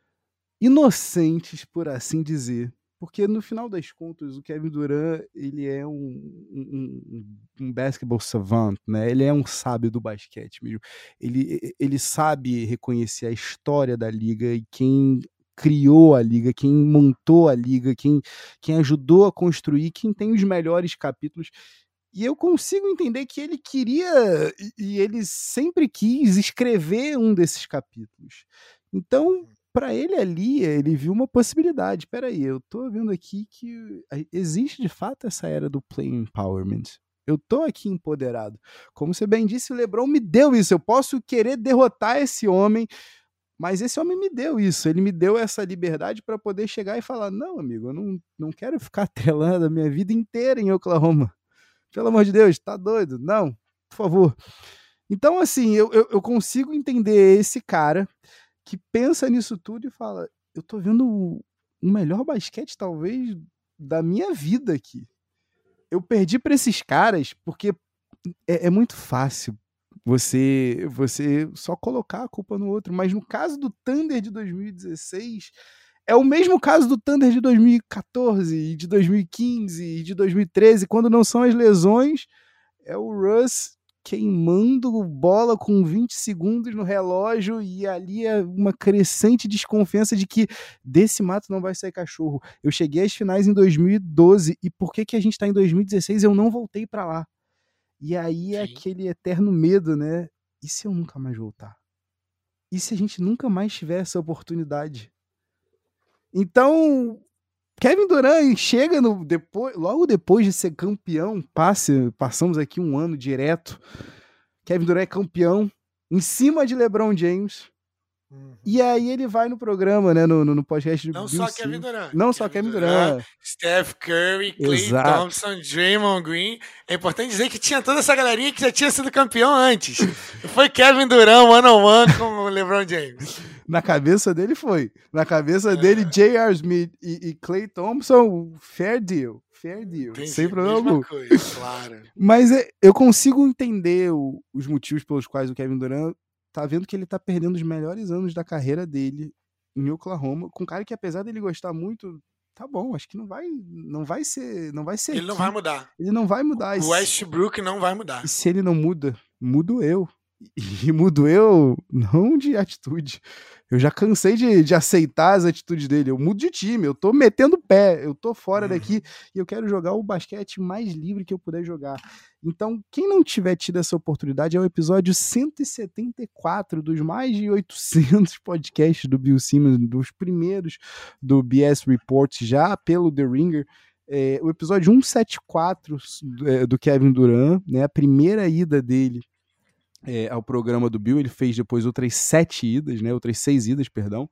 inocentes, por assim dizer. Porque no final das contas, o Kevin Durant, ele é um, um, um basketball savant, né? Ele é um sábio do basquete mesmo. Ele, ele sabe reconhecer a história da liga e quem criou a liga, quem montou a liga, quem, quem ajudou a construir, quem tem os melhores capítulos. E eu consigo entender que ele queria, e ele sempre quis escrever um desses capítulos. Então, para ele ali, ele viu uma possibilidade. Espera aí, eu tô vendo aqui que existe de fato essa era do play empowerment. Eu tô aqui empoderado. Como você bem disse, o LeBron me deu isso. Eu posso querer derrotar esse homem, mas esse homem me deu isso. Ele me deu essa liberdade para poder chegar e falar: não, amigo, eu não, não quero ficar atrelando a minha vida inteira em Oklahoma. Pelo amor de Deus, tá doido? Não, por favor. Então, assim, eu, eu, eu consigo entender esse cara que pensa nisso tudo e fala: eu tô vendo o, o melhor basquete, talvez, da minha vida aqui. Eu perdi para esses caras porque é, é muito fácil você, você só colocar a culpa no outro. Mas no caso do Thunder de dois mil e dezesseis, é o mesmo caso do Thunder de dois mil e catorze, de dois mil e quinze e de dois mil e treze, quando não são as lesões, é o Russ queimando bola com vinte segundos no relógio e ali é uma crescente desconfiança de que desse mato não vai sair cachorro. Eu cheguei às finais em dois mil e doze e por que que a gente tá em dois mil e dezesseis eu não voltei para lá? E aí é Sim. aquele eterno medo, né? E se eu nunca mais voltar? E se a gente nunca mais tiver essa oportunidade? Então, Kevin Durant chega no, depois, logo depois de ser campeão, passe, passamos aqui um ano direto, Kevin Durant é campeão, em cima de LeBron James, uhum. E aí ele vai no programa, né, no, no podcast do Não Bill só Kevin Durant. Não Kevin só Kevin Durant, Durant. Steph Curry, Klay Exato. Thompson, Draymond Green. É importante dizer que tinha toda essa galerinha que já tinha sido campeão antes. Foi Kevin Durant one on one com o LeBron James. Na cabeça dele foi. Na cabeça é. dele, J R. Smith e, e Klay Thompson, fair deal. Fair deal. Entendi, sem problema algum. Coisa, claro. Mas é, eu consigo entender o, os motivos pelos quais o Kevin Durant tá vendo que ele tá perdendo os melhores anos da carreira dele em Oklahoma, com um cara que, apesar dele gostar muito, tá bom, acho que não vai, não vai ser, não vai ser. Ele aqui. não vai mudar. Ele não vai mudar. O Westbrook não vai mudar. E se ele não muda, mudo eu. E mudo eu não de atitude. Eu já cansei de, de aceitar as atitudes dele. Eu mudo de time, eu tô metendo o pé, eu tô fora uhum. daqui e eu quero jogar o basquete mais livre que eu puder jogar. Então, quem não tiver tido essa oportunidade, é o episódio cento e setenta e quatro dos mais de oitocentos podcasts do Bill Simmons, dos primeiros do B S Report, já pelo The Ringer. É, o episódio cento e setenta e quatro do, do Kevin Durant, né, a primeira ida dele É, ao programa do Bill, ele fez depois outras sete idas, né, outras seis idas, perdão,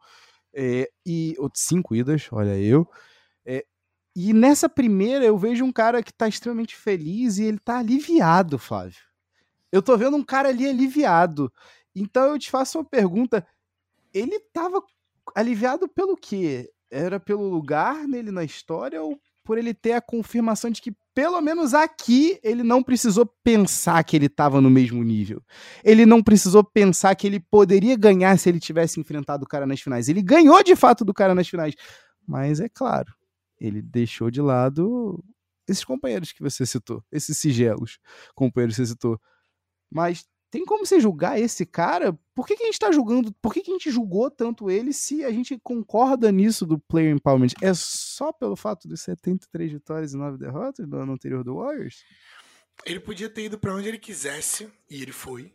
é, e outras cinco idas, olha eu, é, e nessa primeira eu vejo um cara que tá extremamente feliz e ele tá aliviado, Flávio. Eu tô vendo um cara ali aliviado. Então eu te faço uma pergunta, ele tava aliviado pelo quê? Era pelo lugar nele na história ou por ele ter a confirmação de que pelo menos aqui ele não precisou pensar que ele estava no mesmo nível. Ele não precisou pensar que ele poderia ganhar se ele tivesse enfrentado o cara nas finais. Ele ganhou de fato do cara nas finais. Mas é claro, ele deixou de lado esses companheiros que você citou, esses sigelos companheiros que você citou. Mas tem como você julgar esse cara? Por que, que a gente tá julgando? Por que, que a gente julgou tanto ele se a gente concorda nisso do player empowerment? É só pelo fato de setenta e três vitórias e nove derrotas no ano anterior do Warriors? Ele podia ter ido para onde ele quisesse, e ele foi,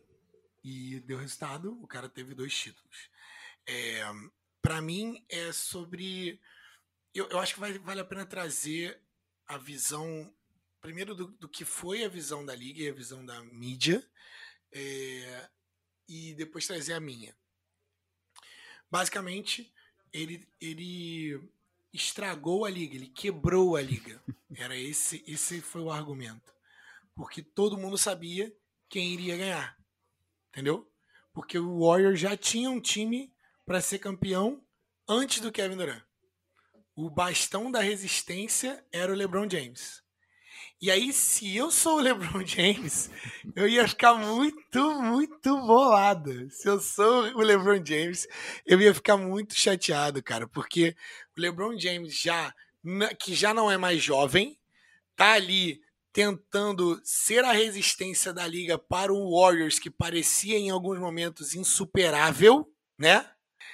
e deu resultado. O cara teve dois títulos. É, para mim, é sobre... Eu, eu acho que vai, vale a pena trazer a visão, primeiro, do, do que foi a visão da liga e a visão da mídia, É, e depois trazer a minha. Basicamente, ele, ele estragou a liga, ele quebrou a liga. Era esse, esse foi o argumento. Porque todo mundo sabia quem iria ganhar. Entendeu? Porque o Warriors já tinha um time para ser campeão antes do Kevin Durant. o bastão da resistência era o LeBron James. E aí, se eu sou o LeBron James, eu ia ficar muito, muito bolado. Se eu sou o LeBron James, eu ia ficar muito chateado, cara, porque o LeBron James, já, que já não é mais jovem, tá ali tentando ser a resistência da liga para o Warriors, que parecia em alguns momentos insuperável, né?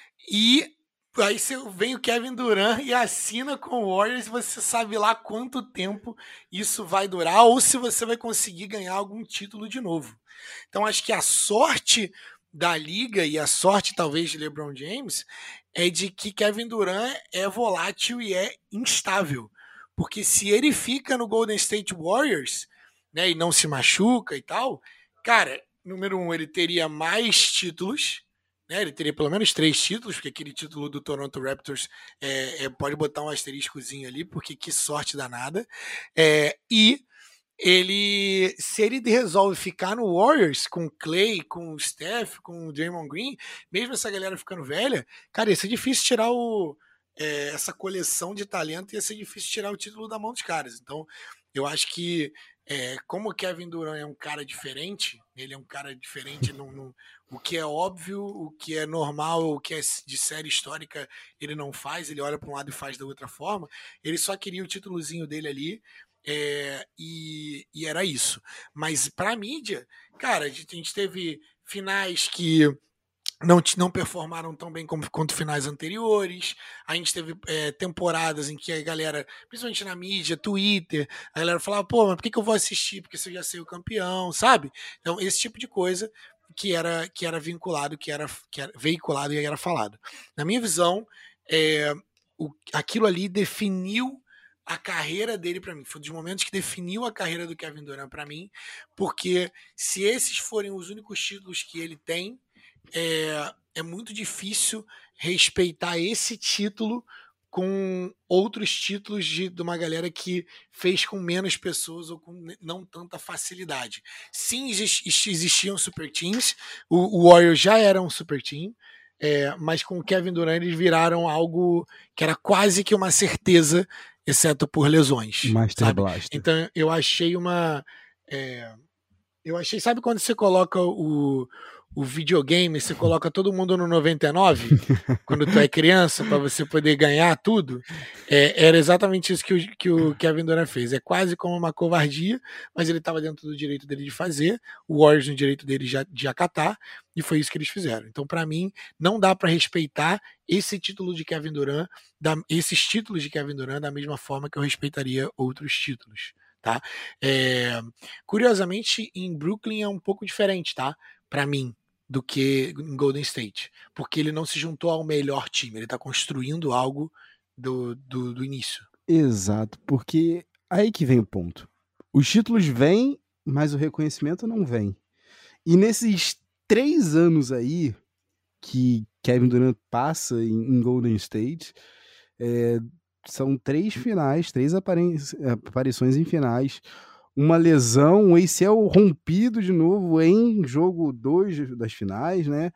E aí você vem o Kevin Durant e assina com o Warriors e você sabe lá quanto tempo isso vai durar ou se você vai conseguir ganhar algum título de novo. Então acho que a sorte da liga e a sorte talvez de LeBron James é de que Kevin Durant é volátil e é instável. Porque se ele fica no Golden State Warriors, né, e não se machuca e tal, cara, número um, ele teria mais títulos, né, ele teria pelo menos três títulos, porque aquele título do Toronto Raptors é, é, pode botar um asteriscozinho ali, porque que sorte danada. É, e ele, se ele resolve ficar no Warriors com o Clay, com o Steph, com o Draymond Green, mesmo essa galera ficando velha, cara, ia ser difícil tirar o... É, essa coleção de talento, ia ser difícil tirar o título da mão dos caras. Então, eu acho que é, como o Kevin Durant é um cara diferente, ele é um cara diferente no, no, o que é óbvio, o que é normal, o que é de série histórica, ele não faz, ele olha para um lado e faz da outra forma, ele só queria o títulozinho dele ali, é, e, e era isso. Mas para a mídia, cara, a gente teve finais que Não, não performaram tão bem como, quanto finais anteriores. A gente teve é, temporadas em que a galera, principalmente na mídia, Twitter, a galera falava, pô, mas por que, que eu vou assistir? Porque você já sei o campeão, sabe? Então, esse tipo de coisa que era, que era vinculado, que era, que era veiculado e era falado. Na minha visão, é, o, aquilo ali definiu a carreira dele para mim. Foi um dos momentos que definiu a carreira do Kevin Durant para mim, porque se esses forem os únicos títulos que ele tem, É, é muito difícil respeitar esse título com outros títulos de, de uma galera que fez com menos pessoas ou com não tanta facilidade. Sim, existiam super teams, o, o Warriors já era um super team, é, mas com o Kevin Durant eles viraram algo que era quase que uma certeza, exceto por lesões. Master sabe? Blaster. Então eu achei uma... É, eu achei, sabe quando você coloca o o videogame, você coloca todo mundo no noventa e nove, quando tu é criança, para você poder ganhar tudo, é, era exatamente isso que o, que o Kevin Durant fez. É quase como uma covardia, mas ele estava dentro do direito dele de fazer, o Warriors no direito dele de, de acatar, e foi isso que eles fizeram. Então, para mim, não dá para respeitar esse título de Kevin Durant, da, esses títulos de Kevin Durant da mesma forma que eu respeitaria outros títulos. Tá? É, curiosamente, em Brooklyn é um pouco diferente, tá? Para mim, do que em Golden State, porque ele não se juntou ao melhor time, ele está construindo algo do, do, do início. Exato, porque aí que vem o ponto. Os títulos vêm, mas o reconhecimento não vem. E nesses três anos aí que Kevin Durant passa em, em Golden State, é, são três finais, três aparições em finais, uma lesão, um A C L rompido de novo em jogo dois das finais, né?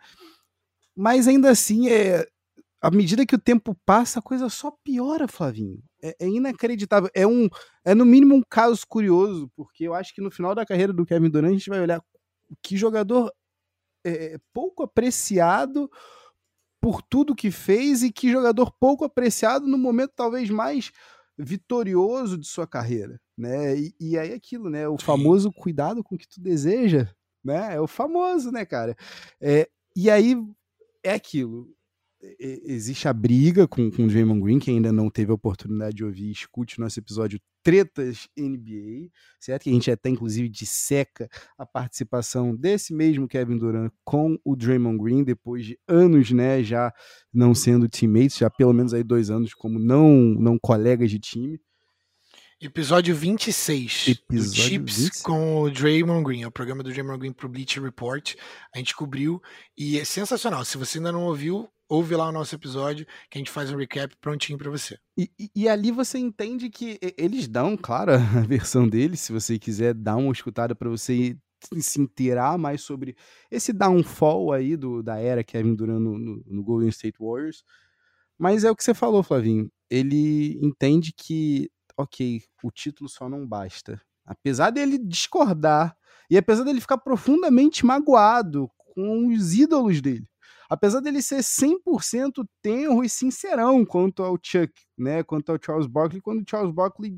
Mas ainda assim, é, à medida que o tempo passa, a coisa só piora, Flavinho. É, é inacreditável. É, um, é, no mínimo, um caso curioso, porque eu acho que no final da carreira do Kevin Durant, a gente vai olhar que jogador é, pouco apreciado por tudo que fez e que jogador pouco apreciado no momento talvez mais vitorioso de sua carreira, né? E, e aí aquilo, né? O famoso cuidado com o que tu deseja, né? É o famoso, né, cara? É, e aí é aquilo. Existe a briga com, com o Draymond Green, que ainda não teve a oportunidade de ouvir, escute nosso episódio Tretas N B A, certo? Que a gente até, inclusive, disseca a participação desse mesmo Kevin Durant com o Draymond Green, depois de anos, né, já não sendo teammates, já pelo menos aí dois anos como não, não colegas de time. Episódio vinte e seis Episódio do Chips vinte e seis. Com o Draymond Green, é o programa do Draymond Green pro Bleacher Report. A gente cobriu e é sensacional. Se você ainda não ouviu, ouve lá o nosso episódio que a gente faz um recap prontinho para você. E, e, e ali você entende que eles dão, claro, a versão deles, se você quiser dar uma escutada para você se inteirar mais sobre esse downfall aí do, da era Kevin Durant no, no, no Golden State Warriors. Mas é o que você falou, Flavinho. ele entende que, ok, o título só não basta. Apesar dele discordar, e apesar dele ficar profundamente magoado com os ídolos dele, apesar dele ser cem por cento tenro e sincerão quanto ao Chuck, né, quanto ao Charles Barkley, quando o Charles Barkley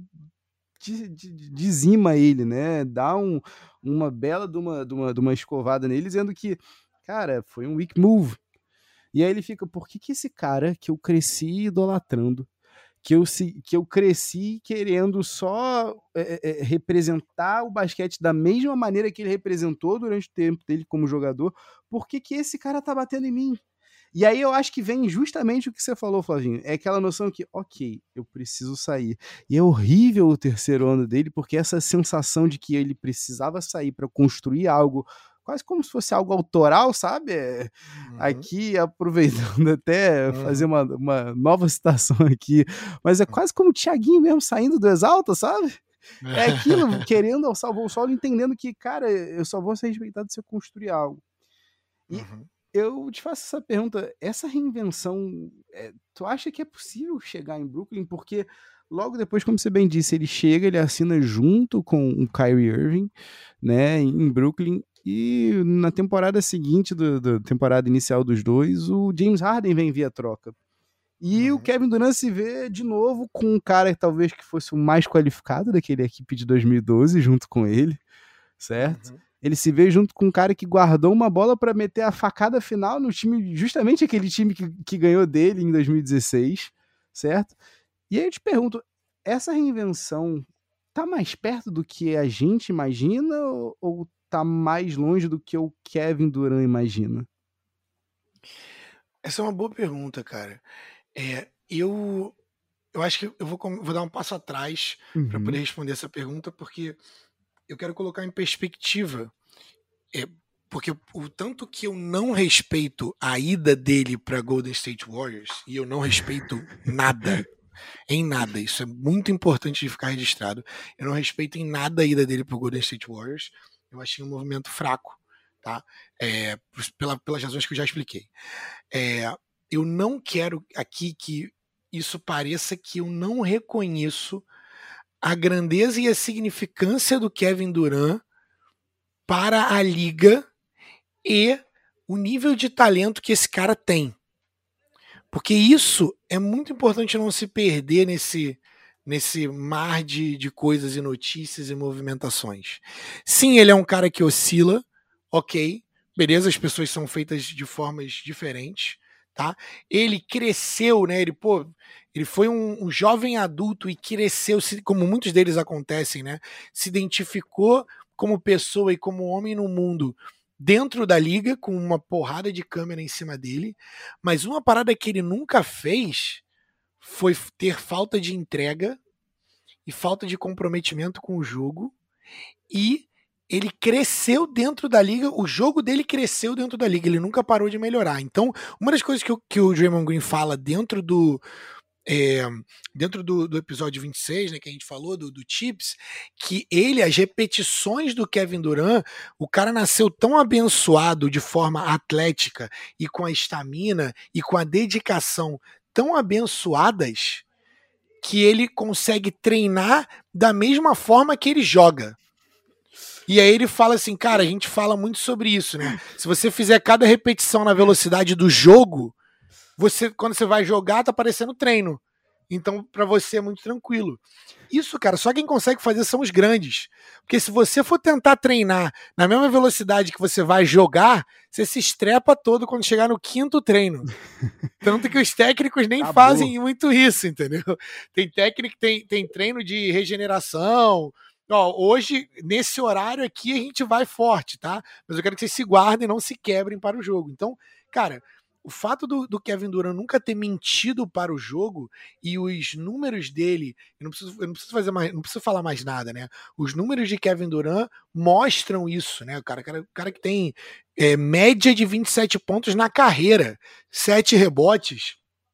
dizima ele, né, dá um, uma bela de uma, de, uma, de uma escovada nele, dizendo que, cara, foi um weak move. E aí ele fica, por que que esse cara que eu cresci idolatrando, que eu, que eu cresci querendo só é, é, representar o basquete da mesma maneira que ele representou durante o tempo dele como jogador, por que que esse cara tá batendo em mim? E aí eu acho que vem justamente o que você falou, Flavinho, é aquela noção que, ok, eu preciso sair. E é horrível o terceiro ano dele, porque essa sensação de que ele precisava sair para construir algo, quase como se fosse algo autoral, sabe? Uhum. Aqui, aproveitando até uhum. fazer uma, uma nova citação aqui, mas é quase como o Thiaguinho mesmo saindo do Exalta, sabe? É aquilo, querendo salvar o solo, entendendo que, cara, eu só vou ser respeitado se eu construir algo. E uhum. eu te faço essa pergunta, essa reinvenção, é, tu acha que é possível chegar em Brooklyn? Porque logo depois, como você bem disse, ele chega, ele assina junto com o Kyrie Irving, né, em Brooklyn, e na temporada seguinte, da temporada inicial dos dois, o James Harden vem via troca. E uhum. o Kevin Durant se vê de novo com um cara que talvez que fosse o mais qualificado daquele equipe de dois mil e doze, junto com ele, certo? Uhum. Ele se vê junto com um cara que guardou uma bola para meter a facada final no time, justamente aquele time que, que ganhou dele em dois mil e dezesseis, certo? E aí eu te pergunto, essa reinvenção tá mais perto do que a gente imagina ou, ou tá mais longe do que o Kevin Durant imagina? Essa é uma boa pergunta, cara. É, eu, eu acho que eu vou, vou dar um passo atrás uhum. para poder responder essa pergunta, porque eu quero colocar em perspectiva, é, porque o tanto que eu não respeito a ida dele para Golden State Warriors, e eu não respeito nada, em nada, isso é muito importante de ficar registrado, eu não respeito em nada a ida dele para Golden State Warriors, eu achei um movimento fraco, tá? É, pela, pelas razões que eu já expliquei. É, eu não quero aqui que isso pareça que eu não reconheço a grandeza e a significância do Kevin Durant para a liga e o nível de talento que esse cara tem. Porque isso é muito importante não se perder nesse, nesse mar de, de coisas e notícias e movimentações. Sim, ele é um cara que oscila, ok, beleza, as pessoas são feitas de formas diferentes, tá? Ele cresceu, né? Ele, pô, ele foi um, um jovem adulto e cresceu, como muitos deles acontecem, né? Se identificou como pessoa e como homem no mundo dentro da liga, com uma porrada de câmera em cima dele, mas uma parada que ele nunca fez foi ter falta de entrega e falta de comprometimento com o jogo, e ele cresceu dentro da liga, o jogo dele cresceu dentro da liga, ele nunca parou de melhorar. Então, uma das coisas que, eu, que o Draymond Green fala dentro do é, dentro do, do episódio vinte e seis, né, que a gente falou, do, do Chips, que ele, as repetições do Kevin Durant, o cara nasceu tão abençoado de forma atlética e com a estamina e com a dedicação tão abençoadas que ele consegue treinar da mesma forma que ele joga. E aí ele fala assim, cara, a gente fala muito sobre isso, né? Se você fizer cada repetição na velocidade do jogo, você, quando você vai jogar, tá parecendo treino. Então, pra você é muito tranquilo. Isso, cara, só quem consegue fazer são os grandes. Porque se você for tentar treinar na mesma velocidade que você vai jogar, você se estrepa todo quando chegar no quinto treino. Tanto que os técnicos nem Acabou. fazem muito isso, entendeu? Tem técnico, tem, tem treino de regeneração. Ó, hoje, nesse horário aqui, a gente vai forte, tá? Mas eu quero que vocês se guardem e não se quebrem para o jogo. Então, cara, o fato do, do Kevin Durant nunca ter mentido para o jogo e os números dele, eu não preciso, eu não preciso fazer mais, não preciso falar mais nada, né? Os números de Kevin Durant mostram isso, né? O cara, cara, o cara que tem é, média de vinte e sete pontos na carreira, sete rebotes,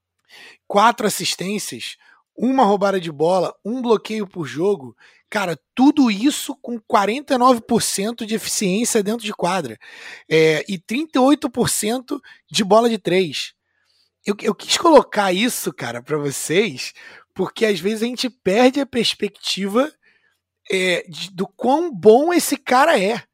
quatro assistências, uma roubada de bola, um bloqueio por jogo. Cara, tudo isso com quarenta e nove por cento de eficiência dentro de quadra é, e trinta e oito por cento de bola de três. eu, eu quis colocar isso, cara, para vocês, porque às vezes a gente perde a perspectiva é, de, do quão bom esse cara é.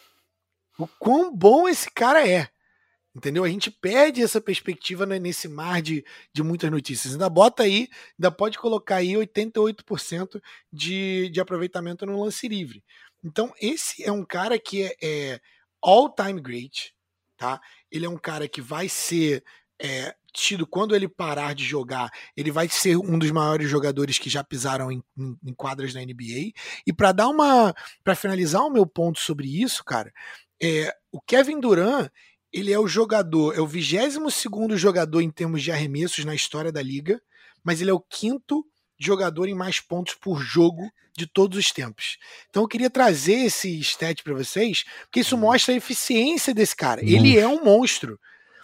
O quão bom esse cara é. Entendeu? A gente perde essa perspectiva, né, nesse mar de, de muitas notícias. Ainda bota aí, ainda pode colocar aí oitenta e oito por cento de, de aproveitamento no lance livre. Então, esse é um cara que é, é all-time great, tá? Ele é um cara que vai ser é, tido, quando ele parar de jogar, ele vai ser um dos maiores jogadores que já pisaram em, em, em quadras da N B A. E para dar uma, para finalizar o meu ponto sobre isso, cara, é, o Kevin Durant, ele é o jogador, é o vigésimo segundo jogador em termos de arremessos na história da liga, mas ele é o quinto jogador em mais pontos por jogo de todos os tempos. Então eu queria trazer esse stat para vocês, porque isso mostra a eficiência desse cara. Monstro. Ele é um monstro.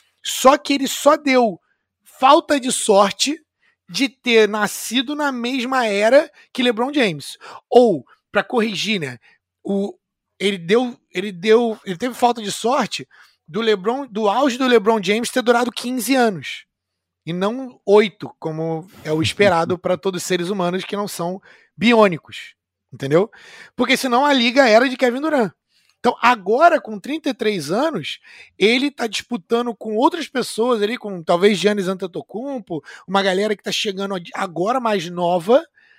Só que ele só deu falta de sorte de ter nascido na mesma era que LeBron James. Ou, para corrigir, né, o, ele deu, ele deu, ele teve falta de sorte do LeBron, do auge do LeBron James ter durado quinze anos e não oito, como é o esperado para todos os seres humanos que não são biônicos, entendeu? Porque senão a liga era de Kevin Durant. Então agora, com trinta e três anos, ele tá disputando com outras pessoas ali, com talvez Giannis Antetokounmpo, uma galera que tá chegando agora mais nova,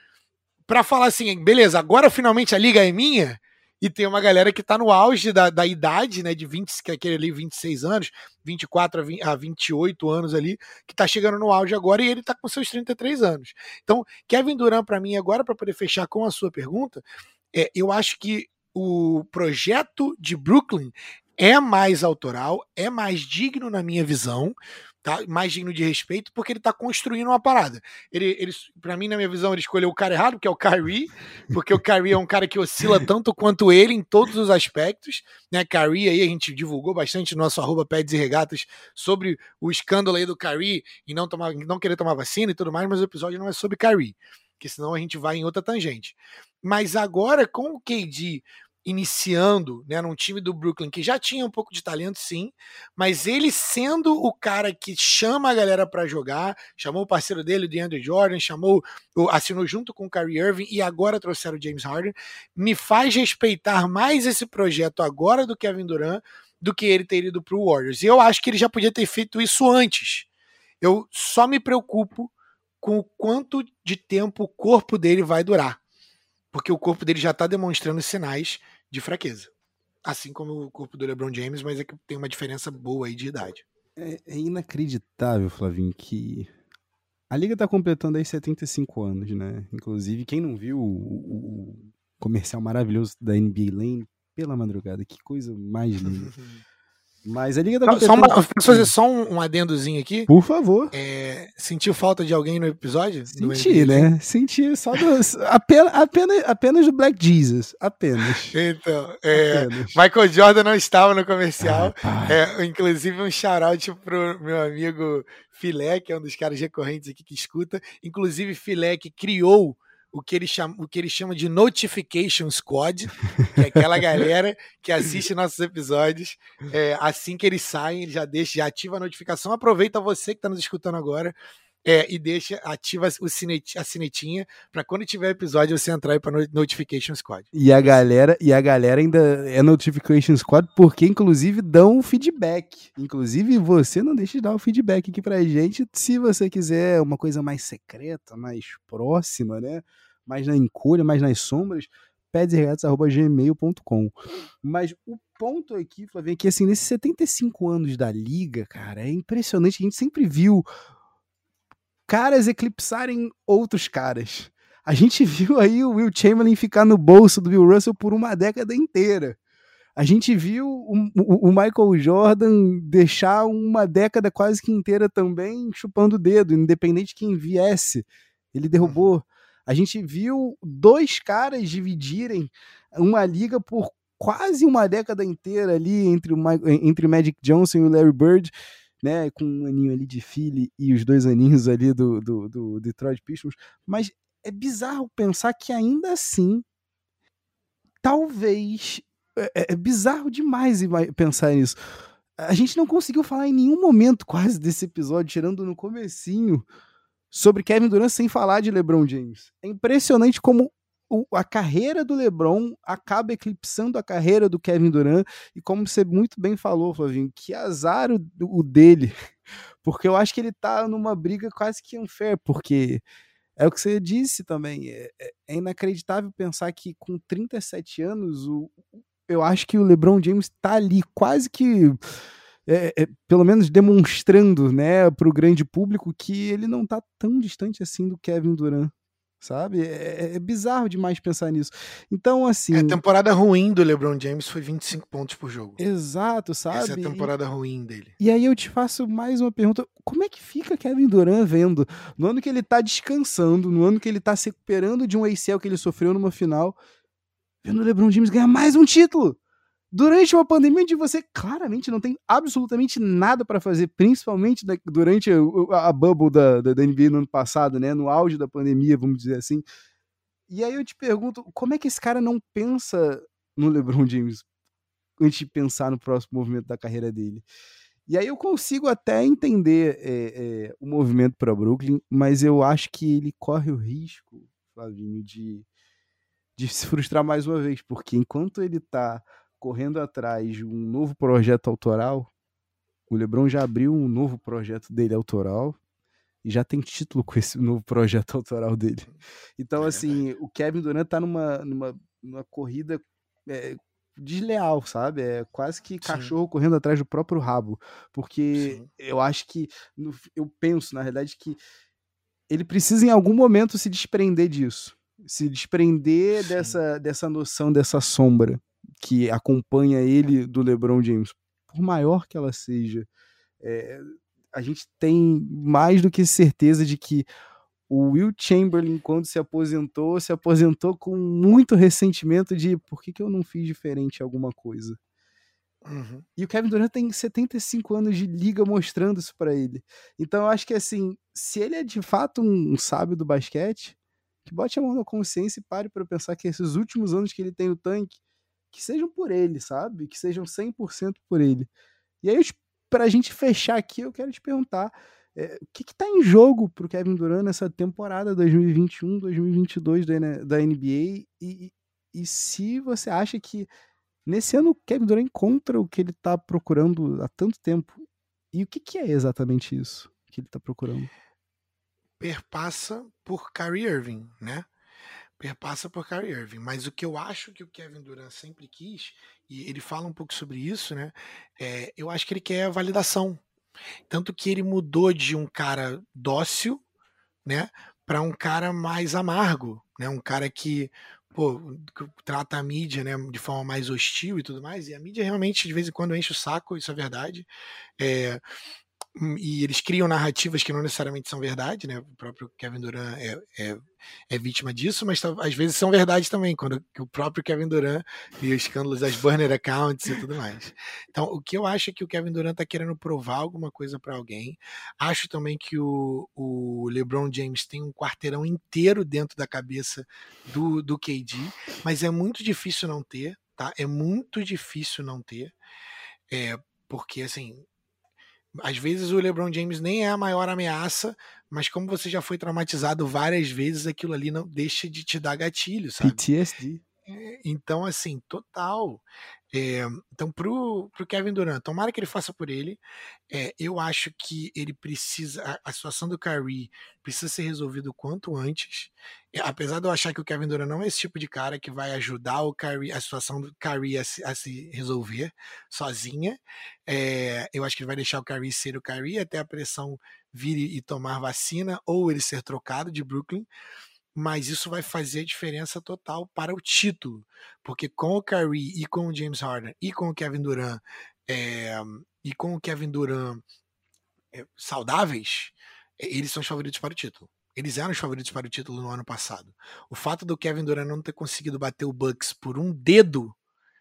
para falar assim, beleza, agora finalmente a liga é minha. E tem uma galera que tá no auge da, da idade, né, de vinte, que é aquele ali, vinte e seis anos, vinte e quatro a, vinte, a vinte e oito anos ali, que tá chegando no auge agora e ele tá com seus trinta e três anos. Então, Kevin Durant, para mim, agora, para poder fechar com a sua pergunta, é, eu acho que o projeto de Brooklyn é mais autoral, é mais digno na minha visão, tá? Mais digno de respeito, porque ele tá construindo uma parada. Ele, ele, pra mim, na minha visão, ele escolheu o cara errado, que é o Kyrie, porque o Kyrie é um cara que oscila tanto quanto ele em todos os aspectos, né? Kyrie aí a gente divulgou bastante no nosso arroba Pads e Regatas sobre o escândalo aí do Kyrie e não, tomar, não querer tomar vacina e tudo mais, mas o episódio não é sobre Kyrie, porque senão a gente vai em outra tangente. Mas agora, com o K D iniciando, né, num time do Brooklyn que já tinha um pouco de talento, sim, mas ele sendo o cara que chama a galera para jogar, chamou o parceiro dele, o DeAndre Jordan, chamou, assinou junto com o Kyrie Irving e agora trouxeram o James Harden, me faz respeitar mais esse projeto agora do Kevin Durant do que ele ter ido pro Warriors. E eu acho que ele já podia ter feito isso antes. Eu só me preocupo com o quanto de tempo o corpo dele vai durar, porque o corpo dele já está demonstrando sinais de fraqueza. Assim como o corpo do LeBron James, mas é que tem uma diferença boa aí de idade. É, é inacreditável, Flavinho, que a Liga tá completando aí setenta e cinco anos, né? Inclusive, quem não viu o, o comercial maravilhoso da N B A Lane, pela madrugada, que coisa mais linda. Mas a Liga tá completando... Só uma, posso fazer só um, um adendozinho aqui? Por favor. É, sentiu falta de alguém no episódio? Senti, né? Senti só do, apenas, apenas, apenas do Black Jesus. Apenas. Então, é, apenas. Michael Jordan não estava no comercial. Ah, é, inclusive, um shout-out pro meu amigo Filé, que é um dos caras recorrentes aqui que escuta. Inclusive, Filé que criou o que ele chama, o que ele chama de Notification Squad, que é aquela galera que assiste nossos episódios, é, assim que eles saem, ele já deixa, já ativa a notificação, aproveita você que está nos escutando agora, é, e deixa, ativa o sinet, a sinetinha, para quando tiver episódio você entrar aí para Notification Squad. E a galera, e a galera ainda é Notification Squad porque inclusive dão feedback, inclusive você não deixa de dar o feedback aqui pra gente, se você quiser uma coisa mais secreta, mais próxima, né? Mais na encolha, mais nas sombras, pads e regatas arroba gmail ponto com. Mas o ponto aqui, Flavinho, é que assim, nesses setenta e cinco anos da Liga, cara, é impressionante, a gente sempre viu caras eclipsarem outros caras. A gente viu aí o Will Chamberlain ficar no bolso do Bill Russell por uma década inteira. A gente viu o, o, o Michael Jordan deixar uma década quase que inteira também chupando o dedo, independente de quem viesse. Ele derrubou. A gente viu dois caras dividirem uma liga por quase uma década inteira ali entre o, entre o Magic Johnson e o Larry Bird, né, com um aninho ali de Philly e os dois aninhos ali do, do, do Detroit Pistons. Mas é bizarro pensar que ainda assim, talvez... É, é bizarro demais pensar nisso. a gente não conseguiu falar em nenhum momento quase desse episódio, tirando no comecinho, sobre Kevin Durant sem falar de LeBron James. É impressionante como o, a carreira do LeBron acaba eclipsando a carreira do Kevin Durant, e como você muito bem falou, Flavinho, que azar o, o dele, porque eu acho que ele tá numa briga quase que unfair, porque é o que você disse também, é, é inacreditável pensar que com trinta e sete anos, o, eu acho que o LeBron James tá ali quase que É, é, pelo menos demonstrando, né, para o grande público que ele não tá tão distante assim do Kevin Durant, sabe? É, é bizarro demais pensar nisso. Então, assim... É, a temporada ruim do LeBron James foi vinte e cinco pontos por jogo. Exato, sabe? Essa é a temporada e, ruim dele. E aí eu te faço mais uma pergunta. Como é que fica Kevin Durant vendo, no ano que ele tá descansando, no ano que ele tá se recuperando de um A C L que ele sofreu numa final, vendo o LeBron James ganhar mais um título? Durante uma pandemia onde você claramente não tem absolutamente nada para fazer, principalmente da, durante a, a bubble da, da, da N B A no ano passado, né, no auge da pandemia, vamos dizer assim. E aí eu te pergunto, como é que esse cara não pensa no LeBron James antes de pensar no próximo movimento da carreira dele? E aí eu consigo até entender é, é, o movimento para Brooklyn, mas eu acho que ele corre o risco, Flavinho, de, de se frustrar mais uma vez, porque enquanto ele tá correndo atrás de um novo projeto autoral, o LeBron já abriu um novo projeto dele autoral e já tem título com esse novo projeto autoral dele. Então, assim, o Kevin Durant tá numa, numa, numa corrida é, desleal, sabe? É quase que cachorro Sim. correndo atrás do próprio rabo, porque Sim. eu acho que, no, eu penso, na realidade, que ele precisa em algum momento se desprender disso, se desprender dessa, dessa noção, dessa sombra que acompanha ele do LeBron James, por maior que ela seja. É, a gente tem mais do que certeza de que o Will Chamberlain, quando se aposentou, se aposentou com muito ressentimento de por que, que eu não fiz diferente alguma coisa. Uhum. E o Kevin Durant tem setenta e cinco anos de liga mostrando isso para ele. Então eu acho que, assim, se ele é de fato um, um sábio do basquete, que bote a mão na consciência e pare para pensar que esses últimos anos que ele tem no tanque, que sejam por ele, sabe? Que sejam cem por cento por ele. E aí, pra gente fechar aqui, eu quero te perguntar, é, o que que tá em jogo pro Kevin Durant nessa temporada dois mil e vinte e um, dois mil e vinte e dois da, da N B A, e, e se você acha que nesse ano o Kevin Durant encontra o que ele tá procurando há tanto tempo, e o que que é exatamente isso que ele tá procurando? Perpassa por Kyrie Irving, né? Perpassa por Kyrie Irving, mas o que eu acho que o Kevin Durant sempre quis, e ele fala um pouco sobre isso, né? É, eu acho que ele quer a validação. Tanto que ele mudou de um cara dócil, né, para um cara mais amargo, né? Um cara que, pô, que trata a mídia, né, de forma mais hostil e tudo mais. E a mídia realmente de vez em quando enche o saco, isso é verdade. É, e eles criam narrativas que não necessariamente são verdade, né? O próprio Kevin Durant é, é, é vítima disso, mas às vezes são verdade também, quando o próprio Kevin Durant e os escândalos das burner accounts e tudo mais. Então, o que eu acho é que o Kevin Durant está querendo provar alguma coisa para alguém. Acho também que o, o LeBron James tem um quarteirão inteiro dentro da cabeça do, do K D, mas é muito difícil não ter, tá? É muito difícil não ter, é, porque, assim, às vezes o LeBron James nem é a maior ameaça, mas como você já foi traumatizado várias vezes, aquilo ali não deixa de te dar gatilho, sabe? P T S D. É, então, assim, total. É, então, pro, pro Kevin Durant, tomara que ele faça por ele. É, eu acho que ele precisa, a, a situação do Kyrie precisa ser resolvida o quanto antes. É, apesar de eu achar que o Kevin Durant não é esse tipo de cara que vai ajudar o Kyrie, a situação do Kyrie a se, a se resolver sozinha. É, eu acho que ele vai deixar o Kyrie ser o Kyrie até a pressão vir e tomar vacina ou ele ser trocado de Brooklyn. Mas isso vai fazer a diferença total para o título, porque com o Kyrie e com o James Harden e com o Kevin Durant é, e com o Kevin Durant é, saudáveis, eles são os favoritos para o título. Eles eram os favoritos para o título no ano passado. O fato do Kevin Durant não ter conseguido bater o Bucks por um dedo,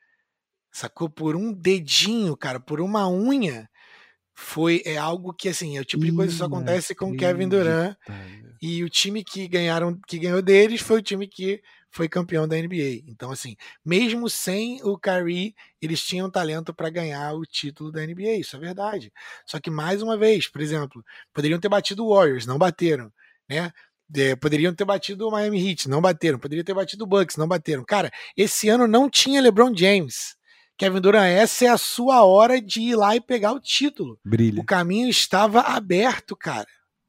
sacou? Por um dedinho, cara, por uma unha, foi é algo que, assim, é o tipo de coisa que só acontece com o Kevin Durant. E o time que ganharam, que ganhou deles foi o time que foi campeão da N B A. Então, assim, mesmo sem o Kyrie, eles tinham talento para ganhar o título da N B A, isso é verdade. Só que, mais uma vez, por exemplo, poderiam ter batido o Warriors, não bateram, né? É, poderiam ter batido o Miami Heat, não bateram. Poderiam ter batido o Bucks, não bateram. Cara, esse ano não tinha LeBron James. Kevin Durant, essa é a sua hora de ir lá e pegar o título. Brilha. O caminho estava aberto, cara.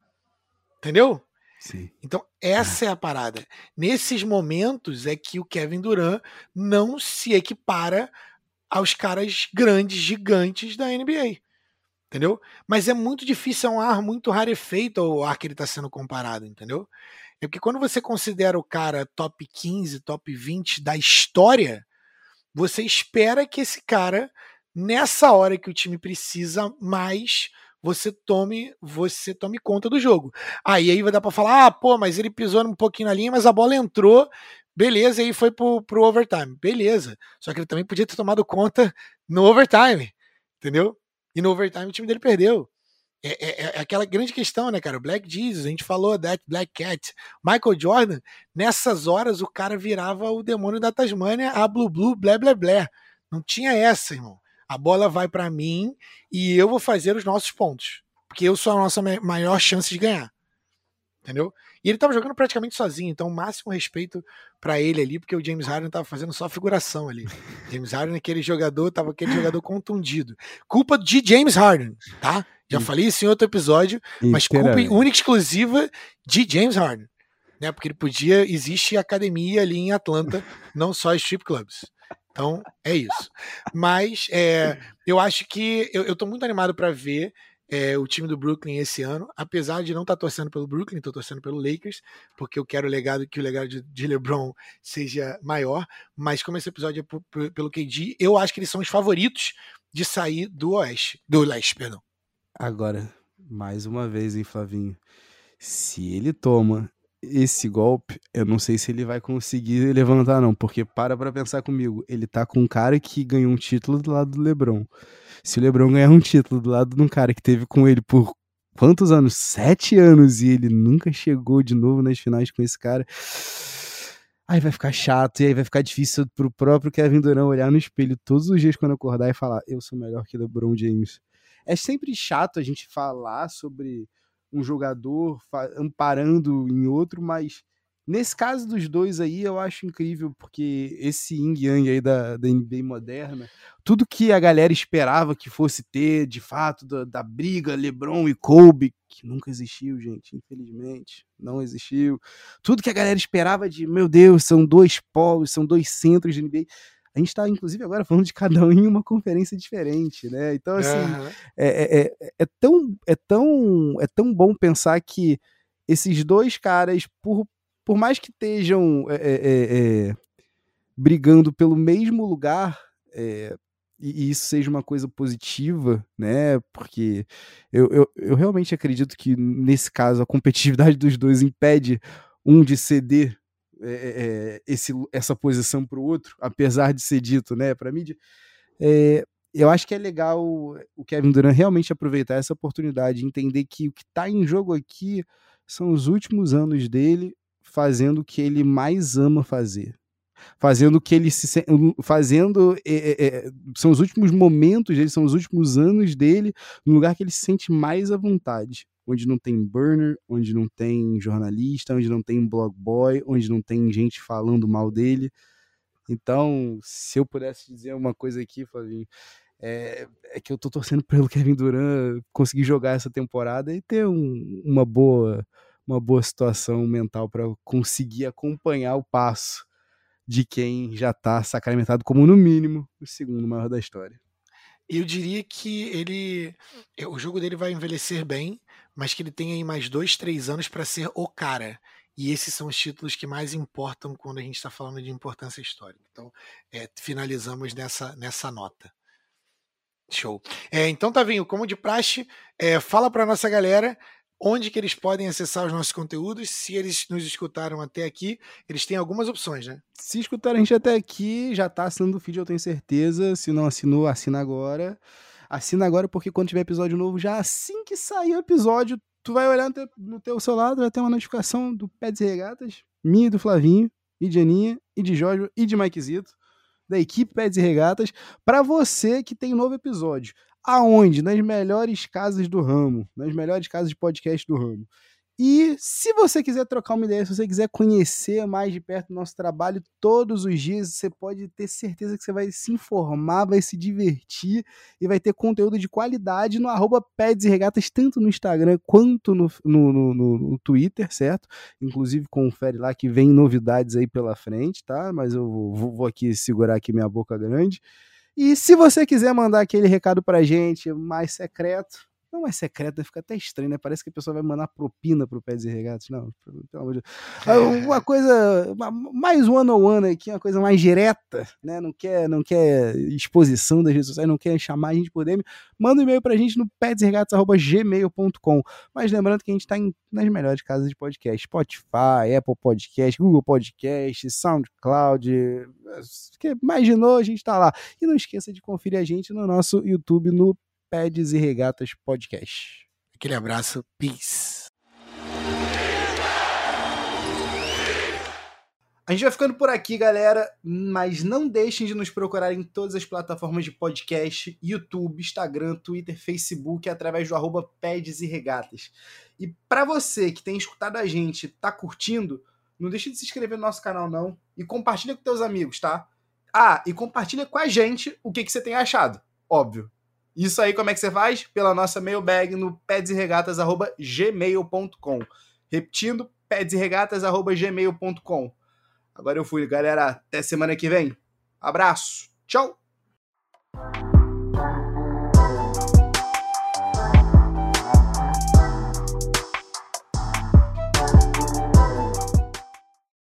Entendeu? Sim. Então, essa é a parada. Nesses momentos é que o Kevin Durant não se equipara aos caras grandes, gigantes da N B A. Entendeu? Mas é muito difícil, é um ar muito rarefeito o ar que ele está sendo comparado, entendeu? É porque quando você considera o cara top quinze, top vinte da história, você espera que esse cara, nessa hora que o time precisa mais, você tome, você tome conta do jogo. Aí aí vai dar para falar, ah, pô, mas ele pisou um pouquinho na linha, mas a bola entrou, beleza, e aí foi pro, pro overtime. Beleza, só que ele também podia ter tomado conta no overtime, entendeu? E no overtime o time dele perdeu. É, é, é aquela grande questão, né, cara? O Black Jesus, a gente falou da Black Cat. Michael Jordan, nessas horas o cara virava o demônio da Tasmânia, a Blue Blue, blé, blé, blé. Não tinha essa, irmão. A bola vai pra mim e eu vou fazer os nossos pontos. Porque eu sou a nossa maior chance de ganhar. Entendeu? E ele tava jogando praticamente sozinho, então o máximo respeito pra ele ali, porque o James Harden tava fazendo só figuração ali. James Harden, aquele jogador, tava aquele jogador contundido. Culpa de James Harden, tá? Já falei isso em outro episódio, mas culpa única e exclusiva de James Harden. Né? Porque ele podia, existe academia ali em Atlanta, não só strip clubs. Então, é isso. Mas é, eu acho que eu, eu tô muito animado pra ver É, o time do Brooklyn esse ano, apesar de não estar tá torcendo pelo Brooklyn, estou torcendo pelo Lakers, porque eu quero o legado, que o legado de, de LeBron seja maior, mas como esse episódio é p- p- pelo K D, eu acho que eles são os favoritos de sair do Oeste, do Leste, perdão. Agora, mais uma vez, hein, Flavinho, se ele toma esse golpe, eu não sei se ele vai conseguir levantar não, porque para pra pensar comigo, ele tá com um cara que ganhou um título do lado do LeBron. Se o LeBron ganhar um título do lado de um cara que teve com ele por quantos anos? Sete anos e ele nunca chegou de novo nas finais com esse cara, aí vai ficar chato e aí vai ficar difícil pro próprio Kevin Durant olhar no espelho todos os dias quando acordar e falar, eu sou melhor que LeBron James. É sempre chato a gente falar sobre um jogador amparando em outro, mas nesse caso dos dois aí eu acho incrível, porque esse yin yang aí da, da N B A moderna, tudo que a galera esperava que fosse ter, de fato, da, da briga LeBron e Kobe, que nunca existiu, gente, infelizmente, não existiu. Tudo que a galera esperava de, meu Deus, são dois polos, são dois centros de N B A. A gente está, inclusive, agora falando de cada um em uma conferência diferente, né? Então, assim, uhum. é, é, é, tão, é, tão, é tão bom pensar que esses dois caras, por, por mais que estejam é, é, é, brigando pelo mesmo lugar, é, e, e isso seja uma coisa positiva, né? Porque eu, eu, eu realmente acredito que, nesse caso, a competitividade dos dois impede um de ceder É, é, esse, essa posição para o outro, apesar de ser dito, né, para a mídia, é, eu acho que é legal o Kevin Durant realmente aproveitar essa oportunidade, entender que o que está em jogo aqui são os últimos anos dele fazendo o que ele mais ama fazer, fazendo o que ele se fazendo é, é, são os últimos momentos dele, são os últimos anos dele no lugar que ele se sente mais à vontade, onde não tem burner, onde não tem jornalista, onde não tem blog boy, onde não tem gente falando mal dele. Então, se eu pudesse dizer uma coisa aqui, Flavinho, é, é que eu tô torcendo pelo Kevin Durant conseguir jogar essa temporada e ter um, uma boa uma boa situação mental para conseguir acompanhar o passo de quem já tá sacramentado como, no mínimo, o segundo maior da história. Eu diria que ele, o jogo dele vai envelhecer bem, mas que ele tem aí mais dois, três anos para ser o cara. E esses são os títulos que mais importam quando a gente está falando de importância histórica. Então, é, finalizamos nessa, nessa nota. Show. É, então, Tavinho, como de praxe, é, fala para nossa galera onde que eles podem acessar os nossos conteúdos. Se eles nos escutaram até aqui, eles têm algumas opções, né? Se escutaram a gente até aqui, já tá assinando o feed, eu tenho certeza. Se não assinou, assina agora. Assina agora, porque quando tiver episódio novo, já assim que sair o episódio, tu vai olhar no teu, no teu celular, vai ter uma notificação do Peds e Regatas, minha e do Flavinho. e de Aninha, e de Jorge, e de Mikezito, da equipe Pads e Regatas, para você que tem um novo episódio. Aonde? Nas melhores casas do ramo, nas melhores casas de podcast do ramo. E se você quiser trocar uma ideia, se você quiser conhecer mais de perto o nosso trabalho todos os dias, você pode ter certeza que você vai se informar, vai se divertir e vai ter conteúdo de qualidade no arroba Pads e Regatas, tanto no Instagram quanto no, no, no, no Twitter, certo? Inclusive confere lá que vem novidades aí pela frente, tá? Mas eu vou, vou aqui segurar aqui minha boca grande. E se você quiser mandar aquele recado pra gente mais secreto, não mais secreto, fica até estranho, né? Parece que a pessoa vai mandar propina pro Pads e Regatas. Não, pelo amor de Deus. Uma coisa mais one-on-one aqui, uma coisa mais direta, né? Não quer, não quer exposição das redes sociais, não quer chamar a gente por D M, manda um e-mail pra gente no pads e regatas arroba gmail ponto com. Mas lembrando que a gente tá em, nas melhores casas de podcast: Spotify, Apple Podcast, Google Podcast, SoundCloud. Que imaginou, a gente tá lá. E não esqueça de conferir a gente no nosso YouTube, no Pads e Regatas Podcast. Aquele abraço, peace. A gente vai ficando por aqui, galera, mas não deixem de nos procurar em todas as plataformas de podcast, YouTube, Instagram, Twitter, Facebook, através do arroba Pads e Regatas. E para você que tem escutado a gente, tá curtindo, não deixe de se inscrever no nosso canal, não, e compartilha com teus amigos, tá? Ah, e compartilha com a gente o que, que você tem achado, óbvio. Isso aí, como é que você faz? Pela nossa mailbag no pads e regatas arroba gmail ponto com. Repetindo, pads e regatas arroba gmail ponto com. Agora eu fui, galera. Até semana que vem. Abraço. Tchau.